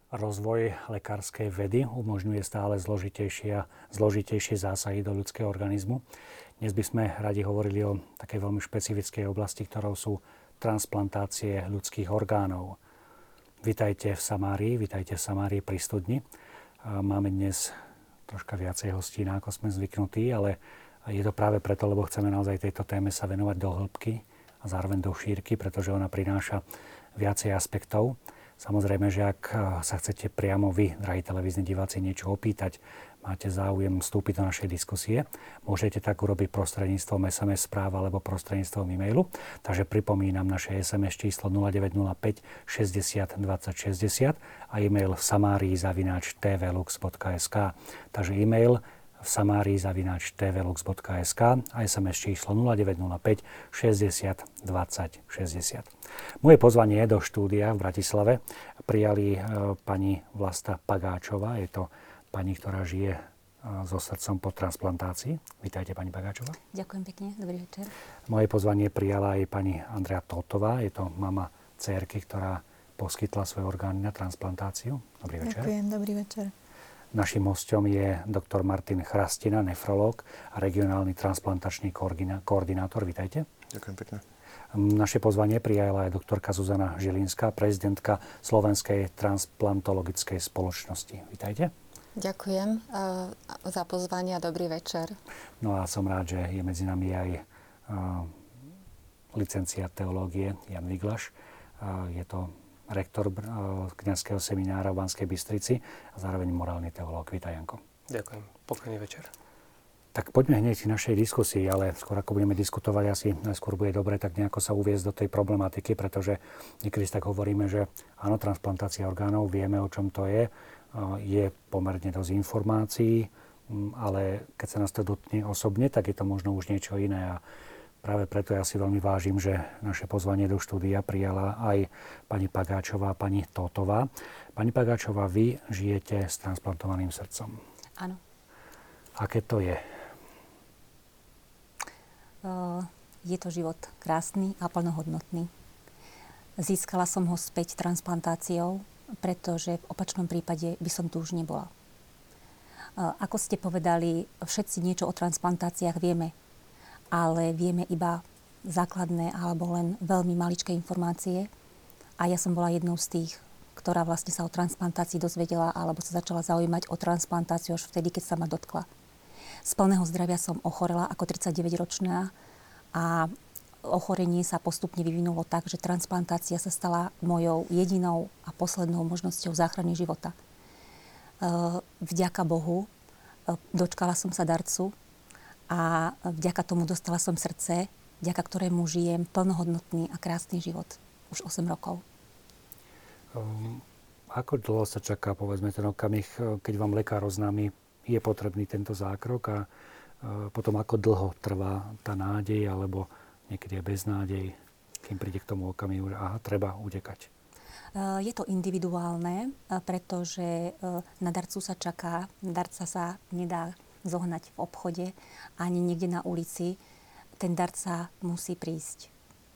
Rozvoj lekárskej vedy umožňuje stále zložitejšie zásahy do ľudského organizmu. Dnes by sme radi hovorili o takej veľmi špecifickej oblasti, ktorou sú transplantácie ľudských orgánov. Vitajte v Samárii pri studni. Máme dnes troška viacej hostín, ako sme zvyknutí, ale je to práve preto, lebo chceme naozaj tejto téme sa venovať do hĺbky a zároveň do šírky, pretože ona prináša viacej aspektov. Samozrejme, že ak sa chcete priamo vy, drahí televízni diváci, niečo opýtať, máte záujem vstúpiť do našej diskusie, môžete tak urobiť prostredníctvom SMS správ alebo prostredníctvom e-mailu. Takže pripomínam naše SMS číslo 0905 60 20 60 a e-mail samarii@tvlux.sk. Takže e-mail v samarii@tvlux.sk a SMS číslo 0905 60 20 60. Moje pozvanie do štúdia v Bratislave prijali pani Vlasta Pagáčová. Je to pani, ktorá žije so srdcom po transplantácii. Vítajte, pani Pagáčová. Ďakujem pekne, dobrý večer. Moje pozvanie prijala aj pani Andrea Tótová. Je to mama dcérky, ktorá poskytla svoje orgány na transplantáciu. Dobrý večer. Ďakujem, dobrý večer. Naším hosťom je doktor Martin Chrastina, nefrológ a regionálny transplantačný koordinátor. Vítajte. Ďakujem pekne. Naše pozvanie prijala aj doktorka Zuzana Žilinská, prezidentka Slovenskej transplantologickej spoločnosti. Vítajte. Ďakujem za pozvanie a dobrý večer. No a som rád, že je medzi nami aj licenciát teológie Jan Viglaš. Je to rektor kňazského seminára v Banskej Bystrici a zároveň morálny teológ. Vítaj, Janko. Ďakujem. Pokojný večer. Tak poďme hneď k našej diskusii, ale skôr ako budeme diskutovať, asi najskôr bude dobre tak nejako sa uviesť do tej problematiky, pretože niekedy tak hovoríme, že áno, transplantácia orgánov, vieme, o čom to je pomerne dosť informácií, ale keď sa nás to dotkne osobne, tak je to možno už niečo iné a práve preto ja si veľmi vážim, že naše pozvanie do štúdia prijala aj pani Pagáčová a pani Tótová. Pani Pagáčová, vy žijete s transplantovaným srdcom. Áno. Aké to je? Je to život krásny a plnohodnotný. Získala som ho späť transplantáciou, pretože v opačnom prípade by som tu už nebola. Ako ste povedali, všetci niečo o transplantáciách vieme, ale vieme iba základné alebo len veľmi maličké informácie. A ja som bola jednou z tých, ktorá vlastne sa o transplantácii dozvedela alebo sa začala zaujímať o transplantáciu až vtedy, keď sa ma dotkla. Z plného zdravia som ochorela ako 39-ročná a ochorenie sa postupne vyvinulo tak, že transplantácia sa stala mojou jedinou a poslednou možnosťou záchrany života. Vďaka Bohu dočkala som sa darcu a vďaka tomu dostala som srdce, vďaka ktorému žijem plnohodnotný a krásny život už 8 rokov. Ako dlho sa čaká, povedzme, ten okamih, keď vám lekár oznámi, je potrebný tento zákrok a potom ako dlho trvá tá nádej alebo niekedy je beznádej, kým príde k tomu okamihu, že treba utekať? Je to individuálne, pretože na darcu sa čaká, darca sa nedá zohnať v obchode ani niekde na ulici. Ten darca musí prísť.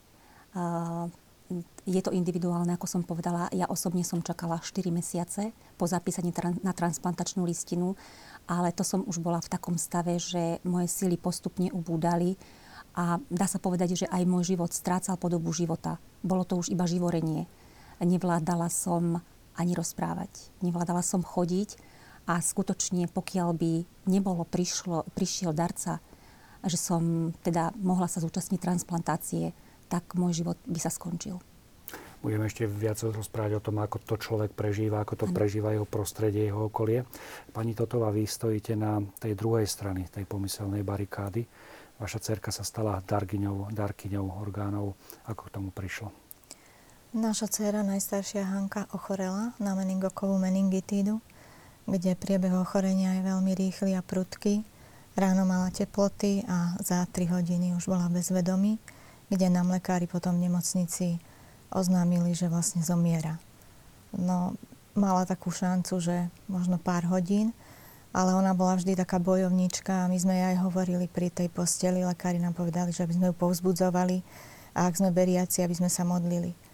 Je to individuálne, ako som povedala. Ja osobne som čakala 4 mesiace po zapísaní na transplantačnú listinu, ale to som už bola v takom stave, že moje sily postupne ubúdali a dá sa povedať, že aj môj život strácal podobu života. Bolo to už iba živorenie. Nevládala som ani rozprávať. Nevládala som chodiť a skutočne, pokiaľ by prišiel darca, že som teda mohla sa zúčastniť transplantácie, tak môj život by sa skončil. Budeme ešte viac rozprávať o tom, ako to človek prežíva, ako to prežíva jeho prostredie, jeho okolie. Pani Tótová, vy stojíte na tej druhej strane, tej pomyselnej barikády. Vaša dcerka sa stala darkyňou orgánov. Ako k tomu prišlo? Naša dcéra, najstaršia Hanka, ochorela na meningokovú meningitídu, kde priebeh ochorenia je veľmi rýchly a prudký. Ráno mala teploty a za 3 hodiny už bola bez vedomí, kde nám lekári potom v nemocnici oznámili, že vlastne zomiera. No, mala takú šancu, že možno pár hodín, ale ona bola vždy taká bojovníčka a my sme jej aj hovorili pri tej posteli. Lekári nám povedali, že aby sme ju povzbudzovali a ak sme veriaci, aby sme sa modlili.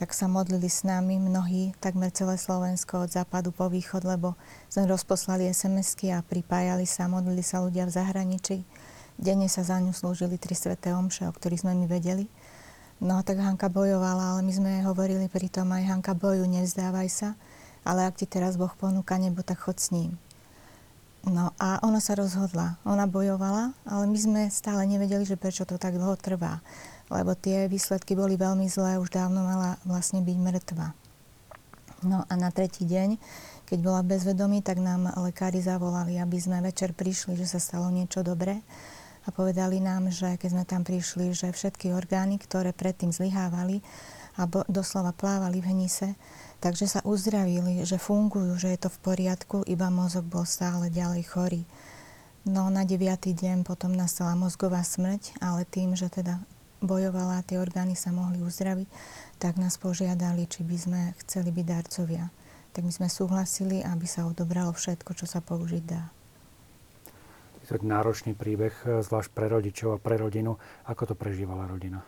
tak sa modlili s nami mnohí, takmer celé Slovensko od západu po východ, lebo sme rozposlali SMS-ky a pripájali sa, modlili sa ľudia v zahraničí. Denne sa za ňu slúžili 3 sväté omše, o ktorých sme my vedeli. No tak Hanka bojovala, ale my sme jej hovorili pritom aj Hanka, boju, nevzdávaj sa, ale ak ti teraz Boh ponúka nebo, tak chod s ním. No a ona sa rozhodla. Ona bojovala, ale my sme stále nevedeli, že prečo to tak dlho trvá. Lebo tie výsledky boli veľmi zlé, už dávno mala vlastne byť mŕtva. No a na 3. deň, keď bola v bezvedomí, tak nám lekári zavolali, aby sme večer prišli, že sa stalo niečo dobré. A povedali nám, že keď sme tam prišli, že všetky orgány, ktoré predtým zlyhávali a doslova plávali v hnise, takže sa uzdravili, že fungujú, že je to v poriadku, iba mozog bol stále ďalej chorý. No na 9. deň potom nastala mozgová smrť, ale tým, že teda bojovala a tie orgány sa mohli uzdraviť, tak nás požiadali, či by sme chceli byť darcovia. Tak my sme súhlasili, aby sa odobralo všetko, čo sa použiť dá. Je to náročný príbeh, zvlášť pre rodičov a pre rodinu. Ako to prežívala rodina?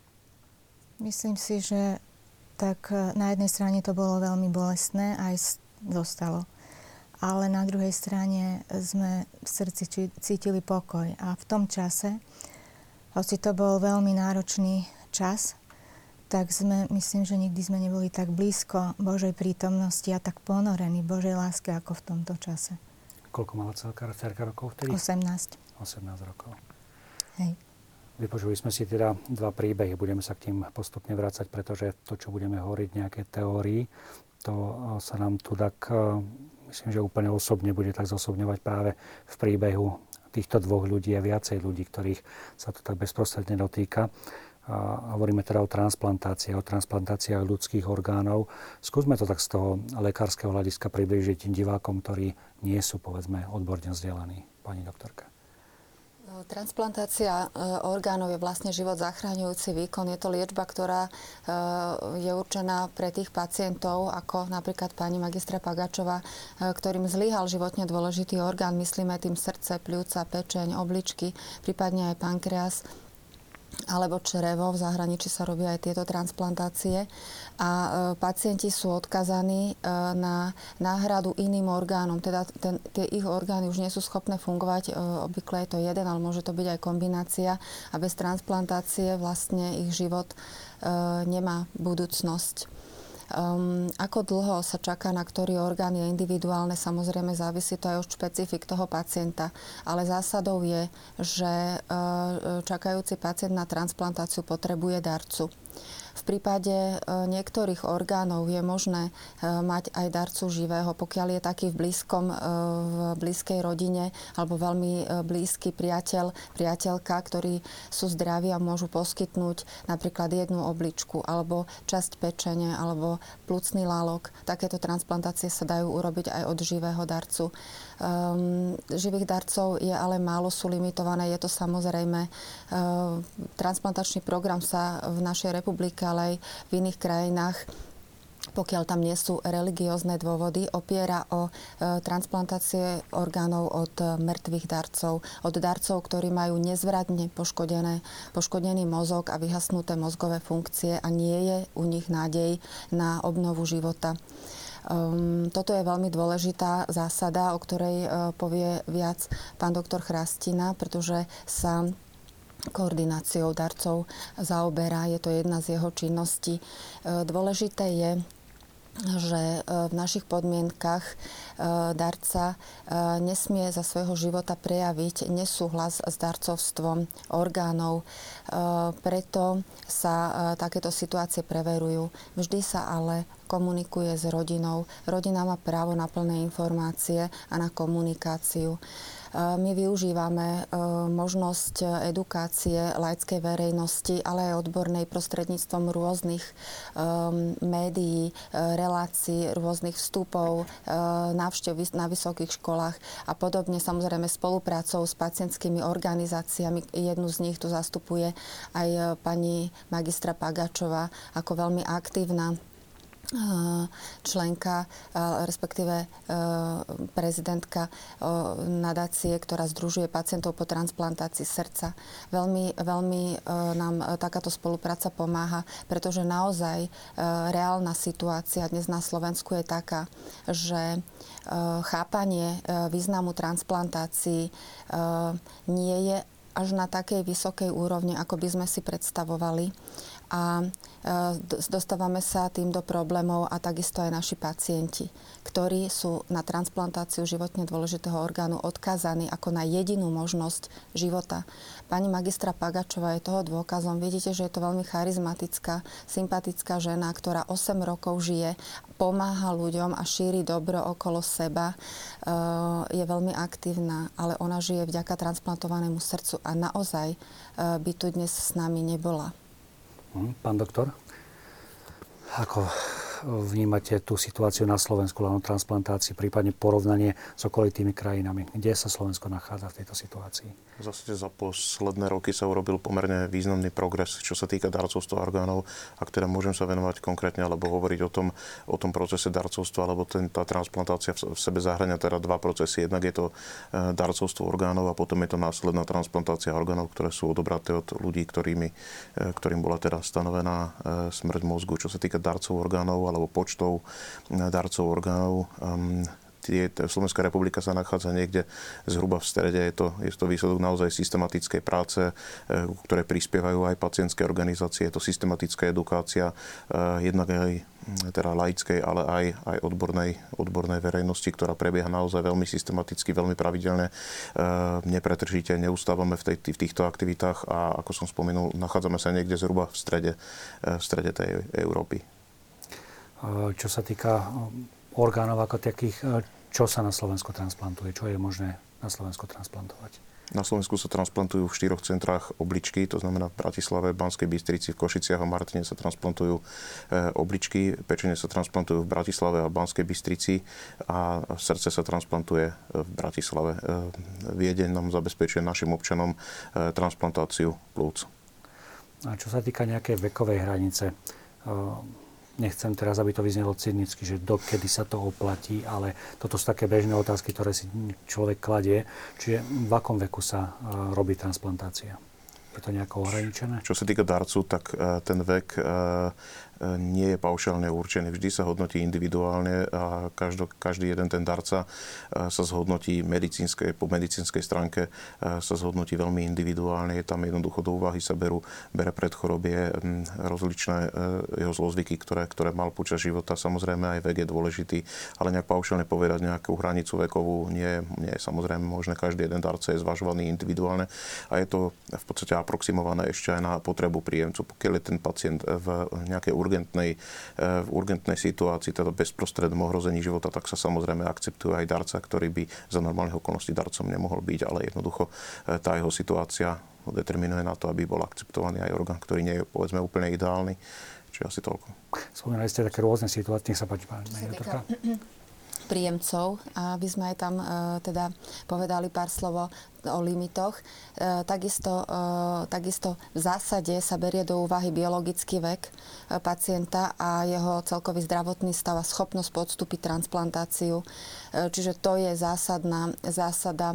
Myslím si, že tak na jednej strane to bolo veľmi bolestné, aj zostalo. Ale na druhej strane sme v srdci cítili pokoj. A v tom čase, hoci to bol veľmi náročný čas, tak myslím, že nikdy sme neboli tak blízko Božej prítomnosti a tak ponorení Božej láske ako v tomto čase. Koľko mala cerka rokov vtedy? 18. 18 rokov. Hej. Vypočuli sme si teda 2 príbehy. Budeme sa k tým postupne vrácať, pretože to, čo budeme hovoriť, nejaké teórii, to sa nám tu tak, myslím, že úplne osobne bude tak zosobňovať práve v príbehu týchto 2 ľudí a viacej ľudí, ktorých sa to tak bezprostredne dotýka. A hovoríme teda o transplantáciách ľudských orgánov. Skúsme to tak z toho lekárskeho hľadiska priblížiť divákom, ktorí nie sú, povedzme, odborne vzdelaní. Pani doktorka. Transplantácia orgánov je vlastne život zachraňujúci výkon. Je to liečba, ktorá je určená pre tých pacientov, ako napríklad pani magistra Pagačová, ktorým zlyhal životne dôležitý orgán. Myslíme tým srdce, pľúca, pečeň, obličky, prípadne aj pankreas alebo črevo. V zahraničí sa robia aj tieto transplantácie a pacienti sú odkazaní na náhradu iným orgánom. Teda tie ich orgány už nie sú schopné fungovať. Obvykle je to jeden, ale môže to byť aj kombinácia a bez transplantácie vlastne ich život nemá budúcnosť. Ako dlho sa čaká na ktorý orgán je individuálne, samozrejme závisí to aj od špecifik toho pacienta. Ale zásadou je, že čakajúci pacient na transplantáciu potrebuje darcu. V prípade niektorých orgánov je možné mať aj darcu živého, pokiaľ je taký v blízkej rodine alebo veľmi blízky priateľ, priateľka, ktorí sú zdraví a môžu poskytnúť napríklad jednu obličku alebo časť pečene alebo plúcny lálok. Takéto transplantácie sa dajú urobiť aj od živého darcu. Živých darcov je ale málo, sú limitované, je to samozrejme. Transplantačný program sa v našej republike, ale aj v iných krajinách, pokiaľ tam nie sú religiózne dôvody, opiera o transplantácie orgánov od mŕtvych darcov. Od darcov, ktorí majú nezvratne poškodený mozog a vyhasnuté mozgové funkcie a nie je u nich nádej na obnovu života. Toto je veľmi dôležitá zásada, o ktorej povie viac pán doktor Chrastina, pretože sa koordináciou darcov zaoberá. Je to jedna z jeho činností. Dôležité je, že v našich podmienkach darca nesmie za svojho života prejaviť nesúhlas s darcovstvom orgánov. Preto sa takéto situácie preverujú. Vždy sa ale komunikuje s rodinou. Rodina má právo na plné informácie a na komunikáciu. My využívame možnosť edukácie laickej verejnosti, ale aj odbornej prostredníctvom rôznych médií, relácií, rôznych vstupov, návštev na vysokých školách a podobne. Samozrejme spoluprácou s pacientskými organizáciami. Jednu z nich tu zastupuje aj pani magistra Pagačová ako veľmi aktívna členka, respektíve prezidentka nadácie, ktorá združuje pacientov po transplantácii srdca. Veľmi nám takáto spolupráca pomáha, pretože naozaj reálna situácia dnes na Slovensku je taká, že chápanie významu transplantácií nie je až na takej vysokej úrovni, ako by sme si predstavovali. A dostávame sa tým do problémov a takisto aj naši pacienti, ktorí sú na transplantáciu životne dôležitého orgánu odkázaní ako na jedinú možnosť života. Pani magistra Pagačová je toho dôkazom. Vidíte, že je to veľmi charizmatická, sympatická žena, ktorá 8 rokov žije, pomáha ľuďom a šíri dobro okolo seba. Je veľmi aktívna, ale ona žije vďaka transplantovanému srdcu a naozaj by tu dnes s nami nebola. Pán doktor, ako vnímate tú situáciu na Slovensku, len o transplantácii, prípadne porovnanie s okolitými krajinami? Kde sa Slovensko nachádza v tejto situácii? V zásade za posledné roky sa urobil pomerne významný progres, čo sa týka darcovstva orgánov. Ak teda môžem sa venovať konkrétne, alebo hovoriť o tom procese darcovstva, alebo tá transplantácia v sebe zahŕňa teda dva procesy. Jednak je to darcovstvo orgánov a potom je to následná transplantácia orgánov, ktoré sú odobraté od ľudí, ktorým bola teda stanovená smrť mozgu. Čo sa týka darcov orgánov alebo počtov darcov orgánov, Slovenská republika sa nachádza niekde zhruba v strede. Je to výsledok naozaj systematickej práce, ktoré prispievajú aj pacientské organizácie. Je to systematická edukácia, jednak aj teda laickej, ale aj odbornej verejnosti, ktorá prebieha naozaj veľmi systematicky, veľmi pravidelne, nepretržite, neustávame v týchto aktivitách a ako som spomenul, nachádzame sa niekde zhruba v strede tej Európy. Čo sa týka orgánov ako takých, čo sa na Slovensku transplantuje? Čo je možné na Slovensku transplantovať? Na Slovensku sa transplantujú v 4 centrách obličky, to znamená v Bratislave, v Banskej Bystrici, v Košiciach a Martine sa transplantujú obličky, pečene sa transplantujú v Bratislave a v Banskej Bystrici a srdce sa transplantuje v Bratislave. Viedeň nám zabezpečuje našim občanom transplantáciu plúc. A čo sa týka nejakej vekovej hranice, nechcem teraz, aby to vyznelo cynicky, že dokedy sa to oplatí, ale toto sú také bežné otázky, ktoré si človek kladie. Čiže v akom veku sa robí transplantácia? Je to nejako ohraničené? Čo sa týka darcu, tak ten vek nie je paušálne určený. Vždy sa hodnotí individuálne a každý jeden ten darca sa zhodnotí po medicínskej stránke sa zhodnotí veľmi individuálne. Je tam jednoducho do úvahy sa bere predchorobie rozličné jeho zlozvyky, ktoré mal počas života. Samozrejme aj vek je dôležitý, ale nejak paušálne povedať nejakú hranicu vekovú nie je samozrejme možné. Každý jeden darca je zvažovaný individuálne a je to v podstate aproximované ešte aj na potrebu príjemcu. Pokiaľ je ten pacient v nejakej urgentnej situácii, teda bezprostrednom ohrození života, tak sa samozrejme akceptuje aj darca, ktorý by za normálnych okolností darcom nemohol byť, ale jednoducho tá jeho situácia determinuje na to, aby bol akceptovaný aj orgán, ktorý nie je, povedzme, úplne ideálny. Čiže asi toľko. Spomínali ste také rôzne situácie, nech sa páči, pani doktorka. Príjemcov, aby sme aj tam teda povedali pár slovo o limitoch. Takisto v zásade sa berie do úvahy biologický vek pacienta a jeho celkový zdravotný stav a schopnosť podstúpiť transplantáciu. Čiže to je zásada.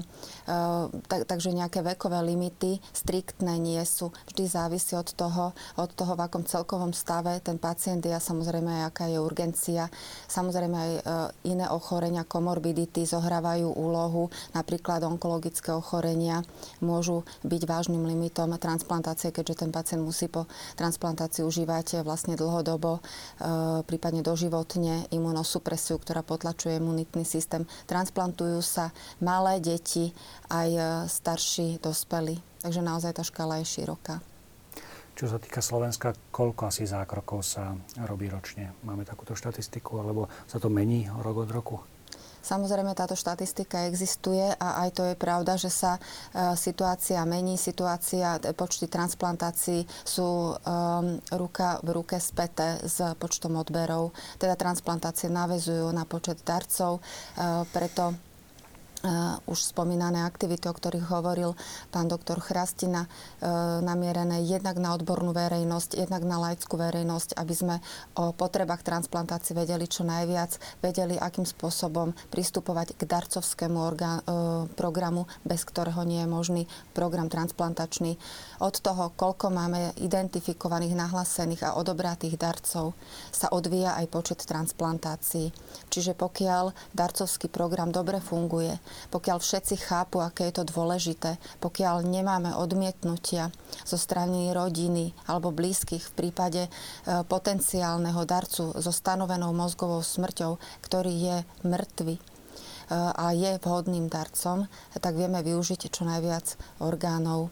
Takže nejaké vekové limity striktné nie sú. Vždy závisí od toho, v akom celkovom stave ten pacient je a samozrejme aj aká je urgencia. Samozrejme aj iné ochorenia, komorbidity zohrávajú úlohu, napríklad onkologické ochorenia môžu byť vážnym limitom transplantácie, keďže ten pacient musí po transplantácii užívať vlastne dlhodobo, prípadne doživotne imunosupresiu, ktorá potlačuje imunitný systém. Transplantujú sa malé deti, aj starší dospelí. Takže naozaj tá škála je široká. Čo sa týka Slovenska, koľko asi zákrokov sa robí ročne? Máme takúto štatistiku, alebo sa to mení rok od roku? Samozrejme, táto štatistika existuje a aj to je pravda, že sa situácia mení. Počty transplantácií sú ruka v ruke späté s počtom odberov. Teda transplantácie naväzujú na počet darcov, preto už spomínané aktivity, o ktorých hovoril pán doktor Chrastina, namierené jednak na odbornú verejnosť, jednak na laickú verejnosť, aby sme o potrebách transplantácie vedeli čo najviac, vedeli, akým spôsobom pristupovať k darcovskému programu, bez ktorého nie je možný program transplantačný. Od toho, koľko máme identifikovaných, nahlásených a odobratých darcov, sa odvíja aj počet transplantácií. Čiže pokiaľ darcovský program dobre funguje, pokiaľ všetci chápu, aké je to dôležité, pokiaľ nemáme odmietnutia zo strany rodiny alebo blízkych v prípade potenciálneho darcu so stanovenou mozgovou smrťou, ktorý je mŕtvy a je vhodným darcom, tak vieme využiť čo najviac orgánov.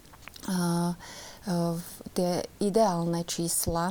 Tie ideálne čísla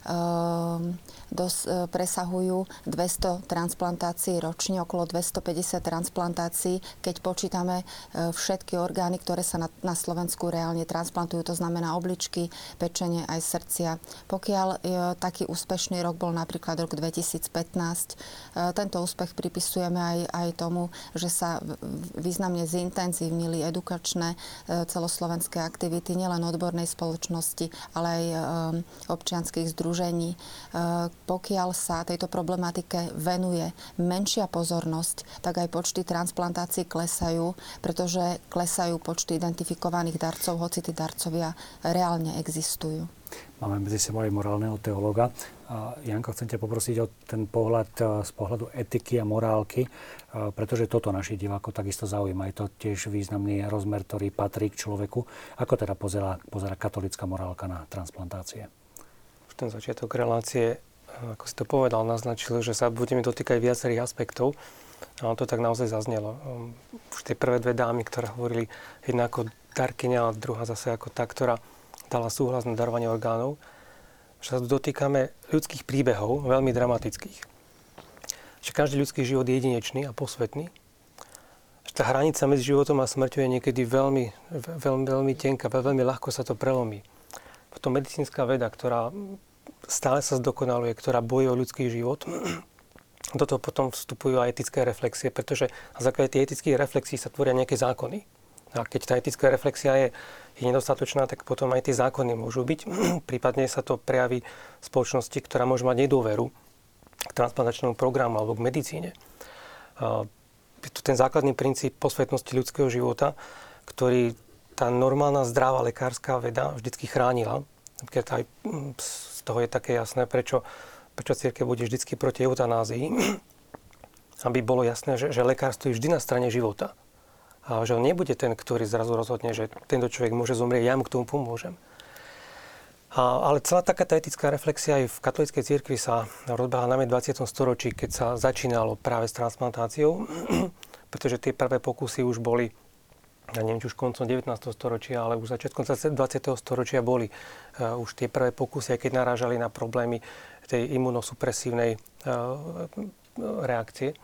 presahujú 200 transplantácií ročne, okolo 250 transplantácií, keď počítame všetky orgány, ktoré sa na Slovensku reálne transplantujú, to znamená obličky, pečene aj srdcia. Pokiaľ taký úspešný rok bol napríklad rok 2015, tento úspech pripisujeme aj tomu, že sa významne zintenzívnili edukačné celoslovenské aktivity nielen odbornej spoločnosti, ale aj občianskych združení. Pokiaľ sa tejto problematike venuje menšia pozornosť, tak aj počty transplantácií klesajú, pretože klesajú počty identifikovaných darcov, hoci tí darcovia reálne existujú. Máme medzi sebou aj morálneho teológa. Janko, chcem ťa poprosiť o ten pohľad z pohľadu etiky a morálky, pretože toto našich divákov takisto zaujíma. Je to tiež významný rozmer, ktorý patrí k človeku. Ako teda pozerá katolická morálka na transplantácie? Už ten začiatok relácie, ako si to povedal, naznačil, že sa budeme dotýkať viacerých aspektov. A to tak naozaj zaznelo. Už tie prvé dve dámy, ktoré hovorili, jedna ako darkyňa a druhá zase ako tá, ktorá dala súhlas na darovanie orgánov, že sa dotýkame ľudských príbehov, veľmi dramatických. Že každý ľudský život je jedinečný a posvetný. Že tá hranica medzi životom a smrťou je niekedy veľmi tenká, veľmi ľahko sa to prelomí. Potom medicínska veda, ktorá stále sa zdokonaluje, ktorá bojí o ľudský život. Do toho potom vstupujú aj etické reflexie, pretože na základe tých etických reflexií sa tvoria nejaké zákony. A keď tá etická reflexia je nedostatočná, tak potom aj tie zákony môžu byť. Prípadne sa to prejaví v spoločnosti, ktorá môže mať nedôveru k transplantačnému programu alebo k medicíne. Je to ten základný princíp posvetnosti ľudského života, ktorý tá normálna zdravá lekárska veda vždycky chránila. Keď aj z toho je také jasné, prečo cirkev bude vždycky proti eutanázii, aby bolo jasné, že lekár stojí vždy na strane života. A že on nebude ten, ktorý zrazu rozhodne, že tento človek môže zomrieť, ja mu k tomu pomôžem. Ale celá taká tá etická reflexia aj v katolíckej cirkvi sa rozbehla najmä v 20. storočí, keď sa začínalo práve s transplantáciou, pretože tie prvé pokusy už boli, ja neviem, či už koncom 19. storočia, ale už začiatkom 20. storočia boli už tie prvé pokusy, aj keď narážali na problémy tej imunosupresívnej reakcie.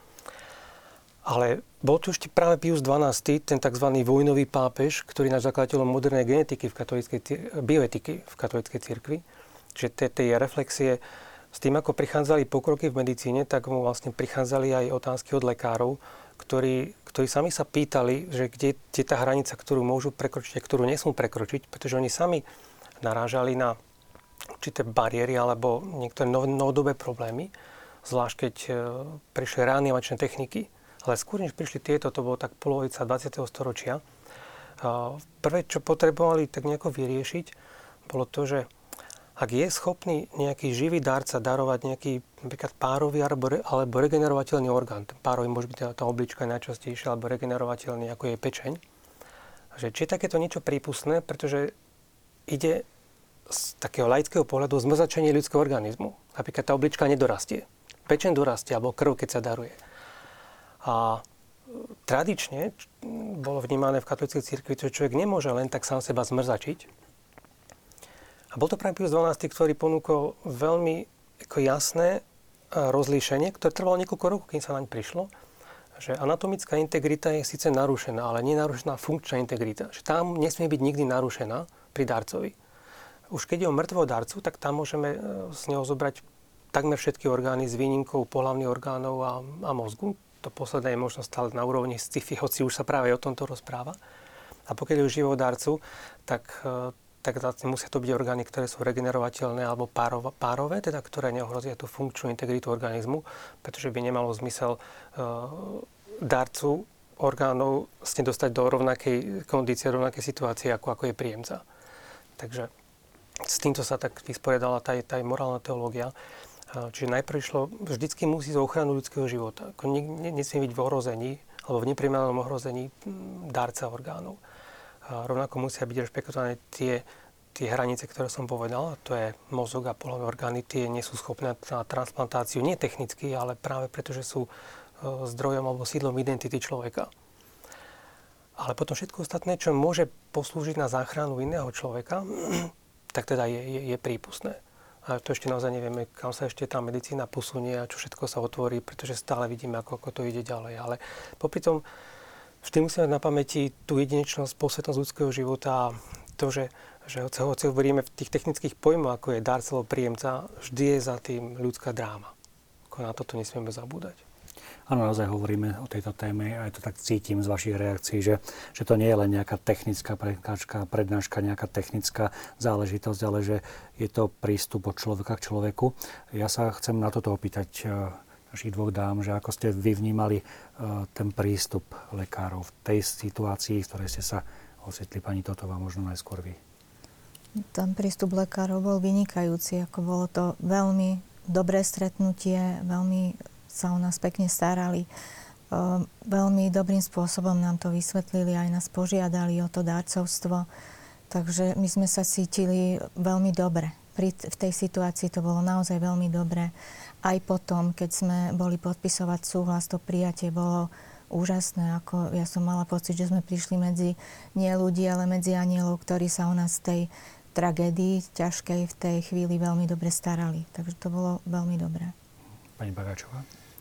Ale bol tu ešte práve Pius XII, ten tzv. Vojnový pápež, ktorý je zakladateľom modernej genetiky bioetiky v katolíckej cirkvi. Čiže tie reflexie s tým, ako prichádzali pokroky v medicíne, tak mu vlastne prichádzali aj otázky od lekárov, ktorí sami sa pýtali, že kde je tá hranica, ktorú môžu prekročiť a ktorú nesmú prekročiť, pretože oni sami narážali na určité bariéry alebo niektoré novodobé problémy, zvlášť keď prišli reanimačné techniky. Ale skôr, než prišli tieto, to bolo tak polovica 20. storočia. Prvé, čo potrebovali tak nejako vyriešiť, bolo to, že ak je schopný nejaký živý darca darovať nejaký napríklad párový alebo regenerovateľný orgán, ten párový môže byť tá oblička najčastejšia, alebo regenerovateľný, ako je pečeň, že či je takéto niečo prípustné, pretože ide z takého laického pohľadu o zmrzačenie ľudského organizmu. Napríklad tá oblička nedorastie. Pečeň dorastie, alebo krv, keď sa daruje. A tradične bolo vnímané v katolíckej cirkvi, že človek nemôže len tak sám seba zmrzačiť. A bol to práve Pius XII, ktorý ponúkol veľmi jasné rozlíšenie, ktoré trvalo niekoľko rokov, kým sa naň prišlo, že anatomická integrita je síce narušená, ale nenarušená funkčná integrita. Že tam nesmie byť nikdy narušená pri darcovi. Už keď je o mŕtvého darcu, tak tam môžeme z neho zobrať takmer všetky orgány s výnimkou pohlavných orgánov a mozgu. to posledné je možno stále na úrovni sci-fi, hoci už sa práve o tomto rozpráva. A pokiaľ je živou darcu, tak musia to byť orgány, ktoré sú regenerovateľné alebo párové, teda ktoré neohrozia tú funkčnú integritu organizmu, pretože by nemalo zmysel darcu orgánov dostať do rovnakej kondície, rovnakej situácie, ako je príjemca. Takže s týmto sa tak vysporiadala tá morálna teológia. Čiže najprv išlo, vždycky musí o ochranu ľudského života. Nesmie byť v ohrození, alebo v neprimeranom ohrození darca orgánov. Rovnako musia byť rešpektované tie hranice, ktoré som povedal, to je mozog a pohlavné orgány, tie nie sú schopné na transplantáciu, nie technicky, ale práve preto, že sú zdrojom alebo sídlom identity človeka. Ale potom všetko ostatné, čo môže poslúžiť na záchranu iného človeka, tak teda je prípustné. A to ešte naozaj nevieme, kam sa ešte tá medicína posunie a čo všetko sa otvorí, pretože stále vidíme, ako to ide ďalej. Ale popri tom vždy musíme mať na pamäti tú jedinečnosť, posvetnosť ľudského života a to, že hoci hovoríme v tých technických pojmoch, ako je darca alebo príjemca, vždy je za tým ľudská dráma. Na toto nesmieme zabúdať. Áno, naozaj hovoríme o tejto téme a aj to tak cítim z vašich reakcií, že to nie je len nejaká technická prednáška, nejaká technická záležitosť, ale že je to prístup od človeka k človeku. Ja sa chcem na toto opýtať našich dvoch dám, že ako ste vy vnímali ten prístup lekárov v tej situácii, v ktorej ste sa ocitli, pani Totová, možno najskôr vy. Ten prístup lekárov bol vynikajúci, ako bolo to veľmi dobré stretnutie, veľmi sa o nás pekne starali. Veľmi dobrým spôsobom nám to vysvetlili, aj nás požiadali o to darcovstvo. Takže my sme sa cítili veľmi dobre. V tej situácii to bolo naozaj veľmi dobre. Aj potom, keď sme boli podpisovať súhlas, to prijatie bolo úžasné. Ja som mala pocit, že sme prišli medzi nie ľudí, ale medzi anielov, ktorí sa o nás v tej tragédii ťažkej v tej chvíli veľmi dobre starali. Takže to bolo veľmi dobré. Pani Pagáčová?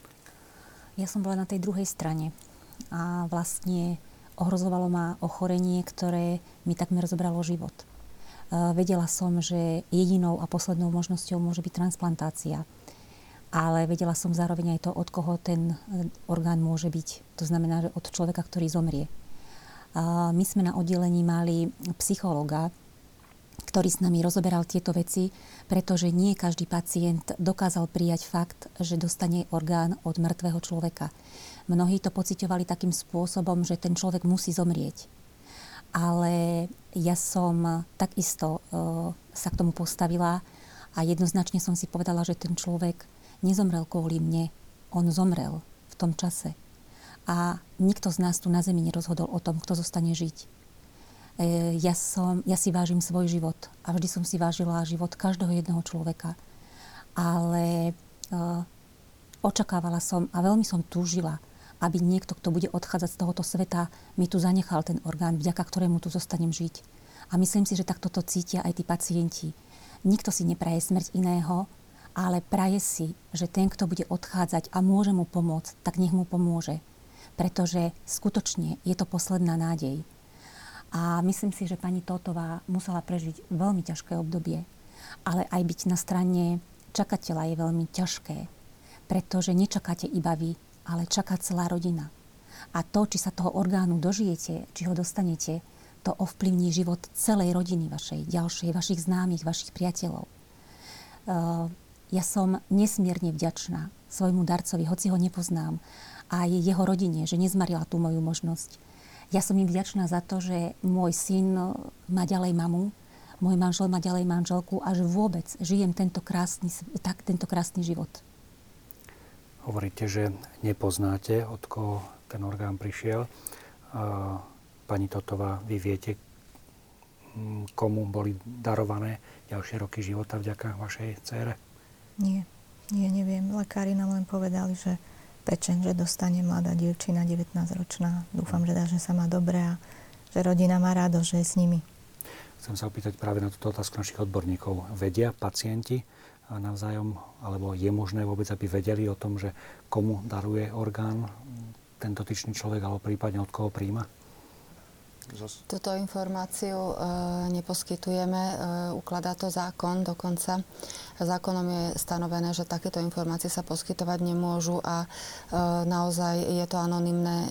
Ja som bola na tej druhej strane a vlastne ohrozovalo ma ochorenie, ktoré mi takmer zobralo život. Vedela som, že jedinou a poslednou možnosťou môže byť transplantácia. Ale vedela som zároveň aj to, od koho ten orgán môže byť. To znamená, že od človeka, ktorý zomrie. My sme na oddelení mali psychológa, ktorý s nami rozoberal tieto veci, pretože nie každý pacient dokázal prijať fakt, že dostane orgán od mŕtvého človeka. Mnohí to pociťovali takým spôsobom, že ten človek musí zomrieť. Ale ja som takisto sa k tomu postavila a jednoznačne som si povedala, že ten človek nezomrel kvôli mne. On zomrel v tom čase. A nikto z nás tu na zemi nerozhodol o tom, kto zostane žiť. Ja si vážim svoj život a vždy som si vážila život každého jedného človeka. Ale očakávala som a veľmi som túžila, aby niekto, kto bude odchádzať z tohoto sveta, mi tu zanechal ten orgán, vďaka ktorému tu zostanem žiť. A myslím si, že takto to cítia aj tí pacienti. Nikto si nepraje smrť iného, ale praje si, že ten, kto bude odchádzať a môže mu pomôcť, tak nech mu pomôže. Pretože skutočne je to posledná nádej. A myslím si, že pani Totová musela prežiť veľmi ťažké obdobie. Ale aj byť na strane čakateľa je veľmi ťažké. Pretože nečakáte iba vy, ale čaká celá rodina. A to, či sa toho orgánu dožijete, či ho dostanete, to ovplyvní život celej rodiny vašej, ďalšej, vašich známych, vašich priateľov. Ja som nesmierne vďačná svojmu darcovi, hoci ho nepoznám, a jeho rodine, že nezmarila tú moju možnosť. Ja som im vďačná za to, že môj syn má ďalej mamu, môj manžel má ďalej manželku a že vôbec žijem tento krásny život. Hovoríte, že nepoznáte, od koho ten orgán prišiel. Pani Totová, vy viete, komu boli darované ďalšie roky života vďaka vašej dcére? Nie, neviem. Lekári nám len povedali, že pečeň, že dostane mladá dievčina, 19-ročná. Dúfam, že sa má dobre a že rodina má rádo, že je s nimi. Chcem sa opýtať práve na túto otázku našich odborníkov. Vedia pacienti navzájom, alebo je možné vôbec, aby vedeli o tom, že komu daruje orgán ten dotyčný človek, alebo prípadne od koho príjma? Túto informáciu neposkytujeme, ukladá to zákon, dokonca zákonom je stanovené, že takéto informácie sa poskytovať nemôžu a naozaj je to anonymné,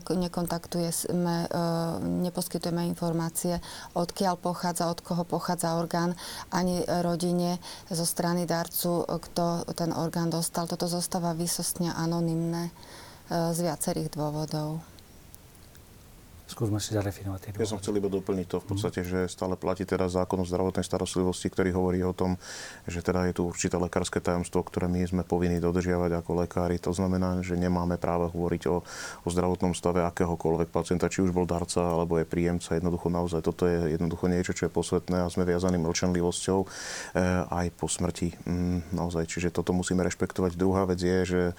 neposkytujeme informácie, odkiaľ pochádza, od koho pochádza orgán, ani rodine zo strany darcu, kto ten orgán dostal. Toto zostáva výsostne anonymné z viacerých dôvodov. Skúsme si zadefinovať tie dôvody. Ja som chcel iba doplniť to v podstate, že stále platí teda zákon o zdravotnej starostlivosti, ktorý hovorí o tom, že teda je tu určité lekárske tajomstvo, ktoré my sme povinní dodržiavať ako lekári. To znamená, že nemáme právo hovoriť o zdravotnom stave akéhokoľvek pacienta, či už bol darca alebo je príjemca. Jednoducho naozaj toto je jednoducho niečo, čo je posvetné a sme viazaní mlčanlivosťou aj po smrti. Naozaj, čiže toto musíme rešpektovať. Druhá vec je, že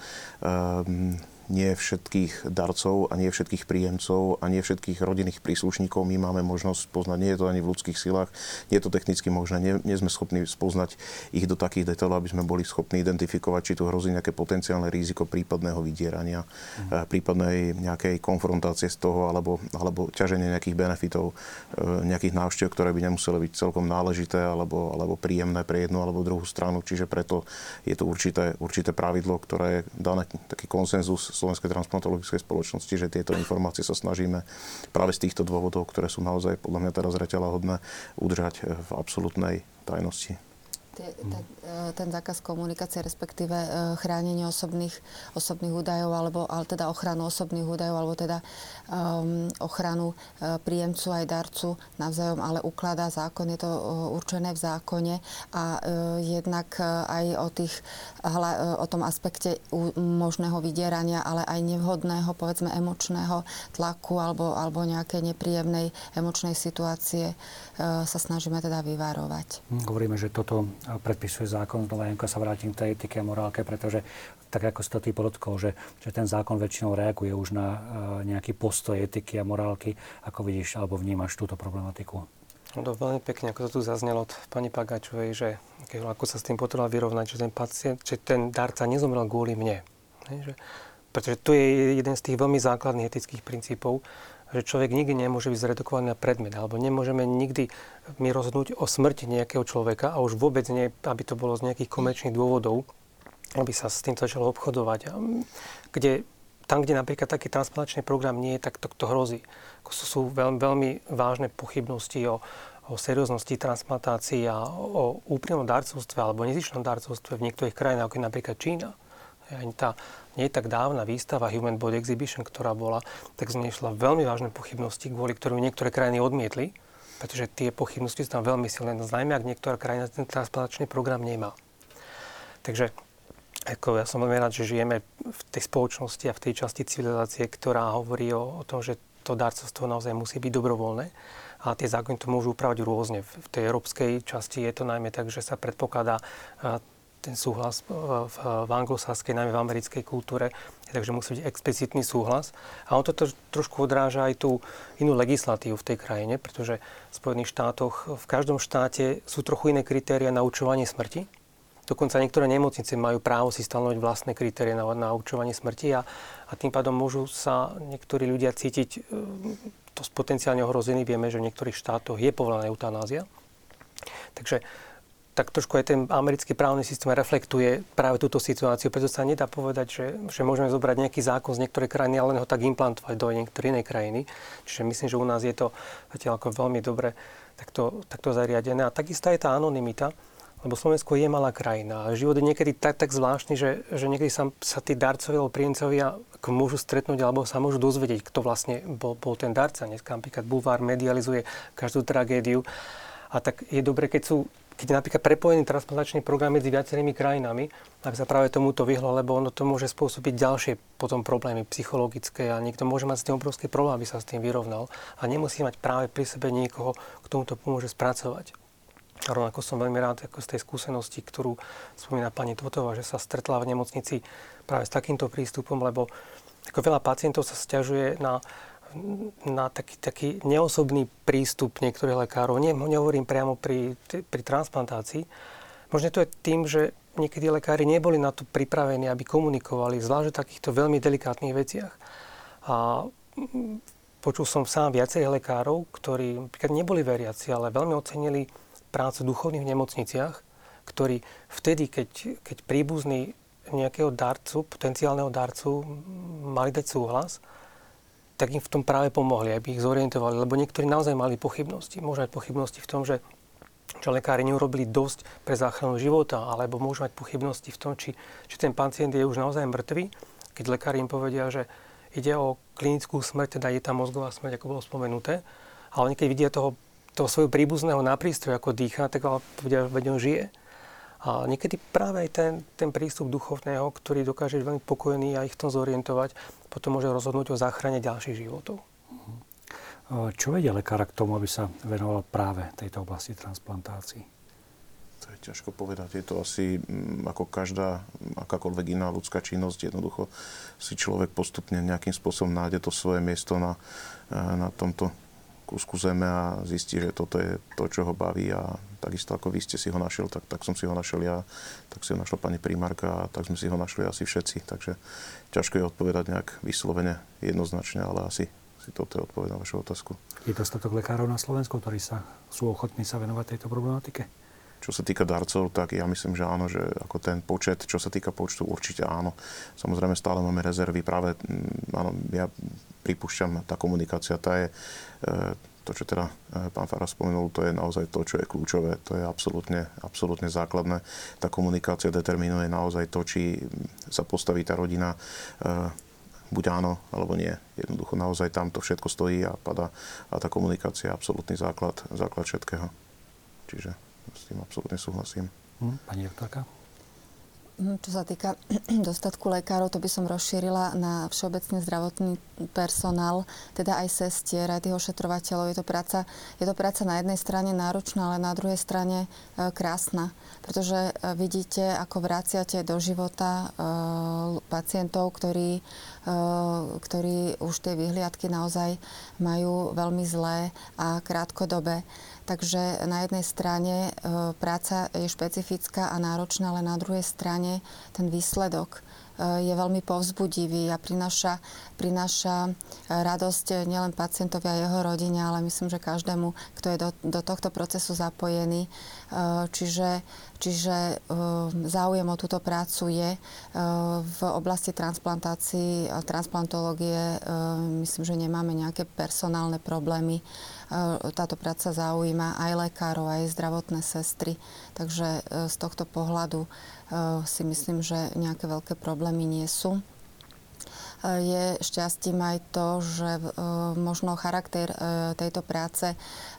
nie všetkých darcov a nie všetkých príjemcov a nie všetkých rodinných príslušníkov my máme možnosť poznať. Nie je to ani v ľudských silách, nie je to technicky možné. Nie sme schopní spoznať ich do takých detailov, aby sme boli schopní identifikovať, či tu hrozí nejaké potenciálne riziko prípadného vydierania, prípadnej nejakej konfrontácie z toho, alebo ťaženie nejakých benefitov, nejakých návštev, ktoré by nemuseli byť celkom náležité alebo príjemné pre jednu alebo druhú stranu. Čiže preto je to určité pravidlo, ktoré je dané taký konsenzus Slovenskej transplantologickej spoločnosti, že tieto informácie sa snažíme práve z týchto dôvodov, ktoré sú naozaj podľa mňa teraz zreteľahodné, udržať v absolútnej tajnosti. Ten zákaz komunikácie, respektíve chránenie osobných údajov, ale teda ochranu osobných údajov, alebo teda ochranu príjemcu aj darcu navzájom, ale ukladá zákon, je to určené v zákone a jednak aj o tom aspekte možného vydierania, ale aj nevhodného, povedzme, emočného tlaku alebo nejakej nepríjemnej emočnej situácie sa snažíme teda vyvarovať. Hovoríme, že toto predpisuje zákon. Znova sa vrátim k tej etike a morálke, pretože tak ako si to ty podotkol, že ten zákon väčšinou reaguje už na nejaký postoj etiky a morálky. Ako vidíš alebo vnímaš túto problematiku? No, veľmi pekne, ako to tu zaznelo od pani Pagáčovej, že ako sa s tým potreboval vyrovnať, že ten pacient, že ten darca nezomrel kvôli mne. Pretože to je jeden z tých veľmi základných etických princípov, že človek nikdy nemôže byť zredukovaný na predmet, alebo nemôžeme nikdy my rozhodnúť o smrti nejakého človeka a už vôbec nie, aby to bolo z nejakých komerčných dôvodov, aby sa s týmto začalo obchodovať. Tam, kde napríklad taký transplantačný program nie je, tak to hrozí. Sú veľmi vážne pochybnosti o serióznosti transplantácií a o úprimnom darcovstve alebo nezištnom darcovstve v niektorých krajinách, ako je napríklad Čína. Nie je tak dávna výstava Human Body Exhibition, ktorá bola, tak z nej šla veľmi vážne pochybnosti, kvôli ktorým niektoré krajiny odmietli, pretože tie pochybnosti sú tam veľmi silné, najmä ak niektorá krajina ten transplantačný program nemá. Takže ja som veľmi rád, že žijeme v tej spoločnosti a v tej časti civilizácie, ktorá hovorí o tom, že to darcovstvo naozaj musí byť dobrovoľné. A tie zákony to môžu upravať rôzne. V tej európskej časti je to najmä tak, že sa predpokladá ten súhlas v anglosaskej, najmä v americkej kultúre, takže musí byť explicitný súhlas. A on to trošku odráža aj tú inú legislatívu v tej krajine, pretože v Spojených štátoch, v každom štáte sú trochu iné kritéria na určovanie smrti. Dokonca niektoré nemocnice majú právo si stanoviť vlastné kritéria na určovanie smrti a tým pádom môžu sa niektorí ľudia cítiť dosť potenciálne ohrození. Vieme, že v niektorých štátoch je povolená eutanázia. Takže tak trošku aj ten americký právny systém reflektuje práve túto situáciu, preto sa nedá povedať, že môžeme zobrať nejaký zákon z niektorej krajiny a len ho tak implantovať do niektorej inej krajiny. Čiže myslím, že u nás je to zatiaľ ako veľmi dobre takto zariadené. A takisto je tá anonymita, lebo Slovensko je malá krajina. A život je niekedy tak zvláštny, že niekedy sa tí darcovia alebo príjemcovia môžu stretnúť alebo sa môžu dozvedieť, kto vlastne bol ten darca. Dneska napríklad bulvár medializuje každú tragédiu. A tak je dobre, keď je napríklad prepojený transplantačný program medzi viacerými krajinami, ak sa práve tomuto vyhlo, lebo ono to môže spôsobiť ďalšie potom problémy psychologické a niekto môže mať s tým obrovský problém, aby sa s tým vyrovnal a nemusí mať práve pri sebe niekoho, k tomu to pomôže spracovať. A rovnako som veľmi rád ako z tej skúsenosti, ktorú spomína pani Totová, že sa stretla v nemocnici práve s takýmto prístupom, lebo ako veľa pacientov sa sťažuje na taký neosobný prístup niektorých lekárov. Nehovorím priamo pri transplantácii. Možno to je tým, že niekedy lekári neboli na to pripravení, aby komunikovali, zvlášť o takýchto veľmi delikátnych veciach. A počul som sám viacerých lekárov, ktorí napríklad neboli veriaci, ale veľmi ocenili prácu duchovných v nemocniciach, ktorí vtedy, keď príbuzní nejakého darcu, potenciálneho darcu mali dať súhlas, tak im v tom práve pomohli, aby ich zorientovali, lebo niektorí naozaj mali pochybnosti. Môžu mať pochybnosti v tom, že lekári neurobili dosť pre záchranu života, alebo môžu mať pochybnosti v tom, či ten pacient je už naozaj mŕtvý, keď lekári im povedia, že ide o klinickú smrť, teda je tam mozgová smrť, ako bolo spomenuté, ale keď vidia toho svojho príbuzného na prístroj, ako dýcha, tak povedia, že on žije. A niekedy práve aj ten prístup duchovného, ktorý dokáže byť veľmi pokojný a ich v tom zorientovať, potom môže rozhodnúť o záchrane ďalších životov. Čo vedie lekára k tomu, aby sa venoval práve tejto oblasti transplantácií? To je ťažko povedať. Je to asi ako každá, akákoľvek iná ľudská činnosť. Jednoducho si človek postupne nejakým spôsobom nájde to svoje miesto na tomto kúsku zeme a zistí, že toto je to, čo ho baví, a takisto ako vy ste si ho našiel, tak som si ho našiel ja, tak si ho našla pani primárka a tak sme si ho našli asi všetci. Takže ťažko je odpovedať nejak vyslovene jednoznačne, ale asi si toto je odpoveď na vašu otázku. Je dostatok lekárov na Slovensku, ktorí sú ochotní sa venovať tejto problematike? Čo sa týka darcov, tak ja myslím, že áno, že ako ten počet, čo sa týka počtu, určite áno. Samozrejme stále máme rezervy, práve áno, ja pripúšťam, tá komunikácia, tá je, to, čo teda pán Farár spomenul, to je naozaj to, čo je kľúčové, to je absolútne základné. Tá komunikácia determinuje naozaj to, či sa postaví tá rodina buď áno, alebo nie. Jednoducho naozaj tam to všetko stojí a padá a tá komunikácia je absolútny základ všetkého. Čiže s tým absolútne súhlasím. Pani doktorka? Čo sa týka dostatku lekárov, to by som rozšírila na všeobecne zdravotný personál, teda aj sestier, aj tých ošetrovateľov. Je to práca na jednej strane náročná, ale na druhej strane krásna. Pretože vidíte, ako vraciate do života pacientov, ktorí už tie vyhliadky naozaj majú veľmi zlé a krátkodobé. Takže na jednej strane práca je špecifická a náročná, ale na druhej strane ten výsledok je veľmi povzbudivý a prináša radosť nielen pacientovi a jeho rodine, ale myslím, že každému, kto je do tohto procesu zapojený. Čiže záujem o túto prácu je. V oblasti transplantácií a transplantológie myslím, že nemáme nejaké personálne problémy. Táto práca zaujíma aj lekárov, aj zdravotné sestry. Takže z tohto pohľadu si myslím, že nejaké veľké problémy nie sú. Je šťastím aj to, že možno charakter tejto práce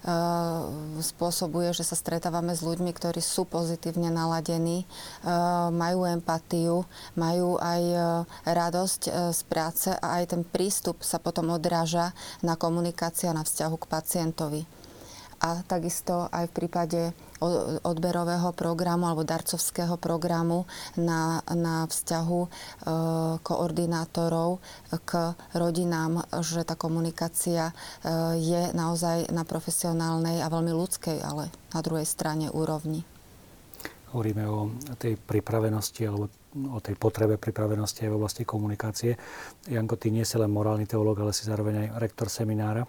spôsobuje, že sa stretávame s ľuďmi, ktorí sú pozitívne naladení, majú empatiu, majú aj radosť z práce a aj ten prístup sa potom odráža na komunikácii a na vzťahu k pacientovi. A takisto aj v prípade odberového programu alebo darcovského programu na vzťahu koordinátorov k rodinám, že tá komunikácia je naozaj na profesionálnej a veľmi ľudskej, ale na druhej strane úrovni. Hovoríme o tej pripravenosti alebo o tej potrebe pripravenosti aj v oblasti komunikácie. Janko, ty nie si len morálny teológ, ale si zároveň aj rektor seminára.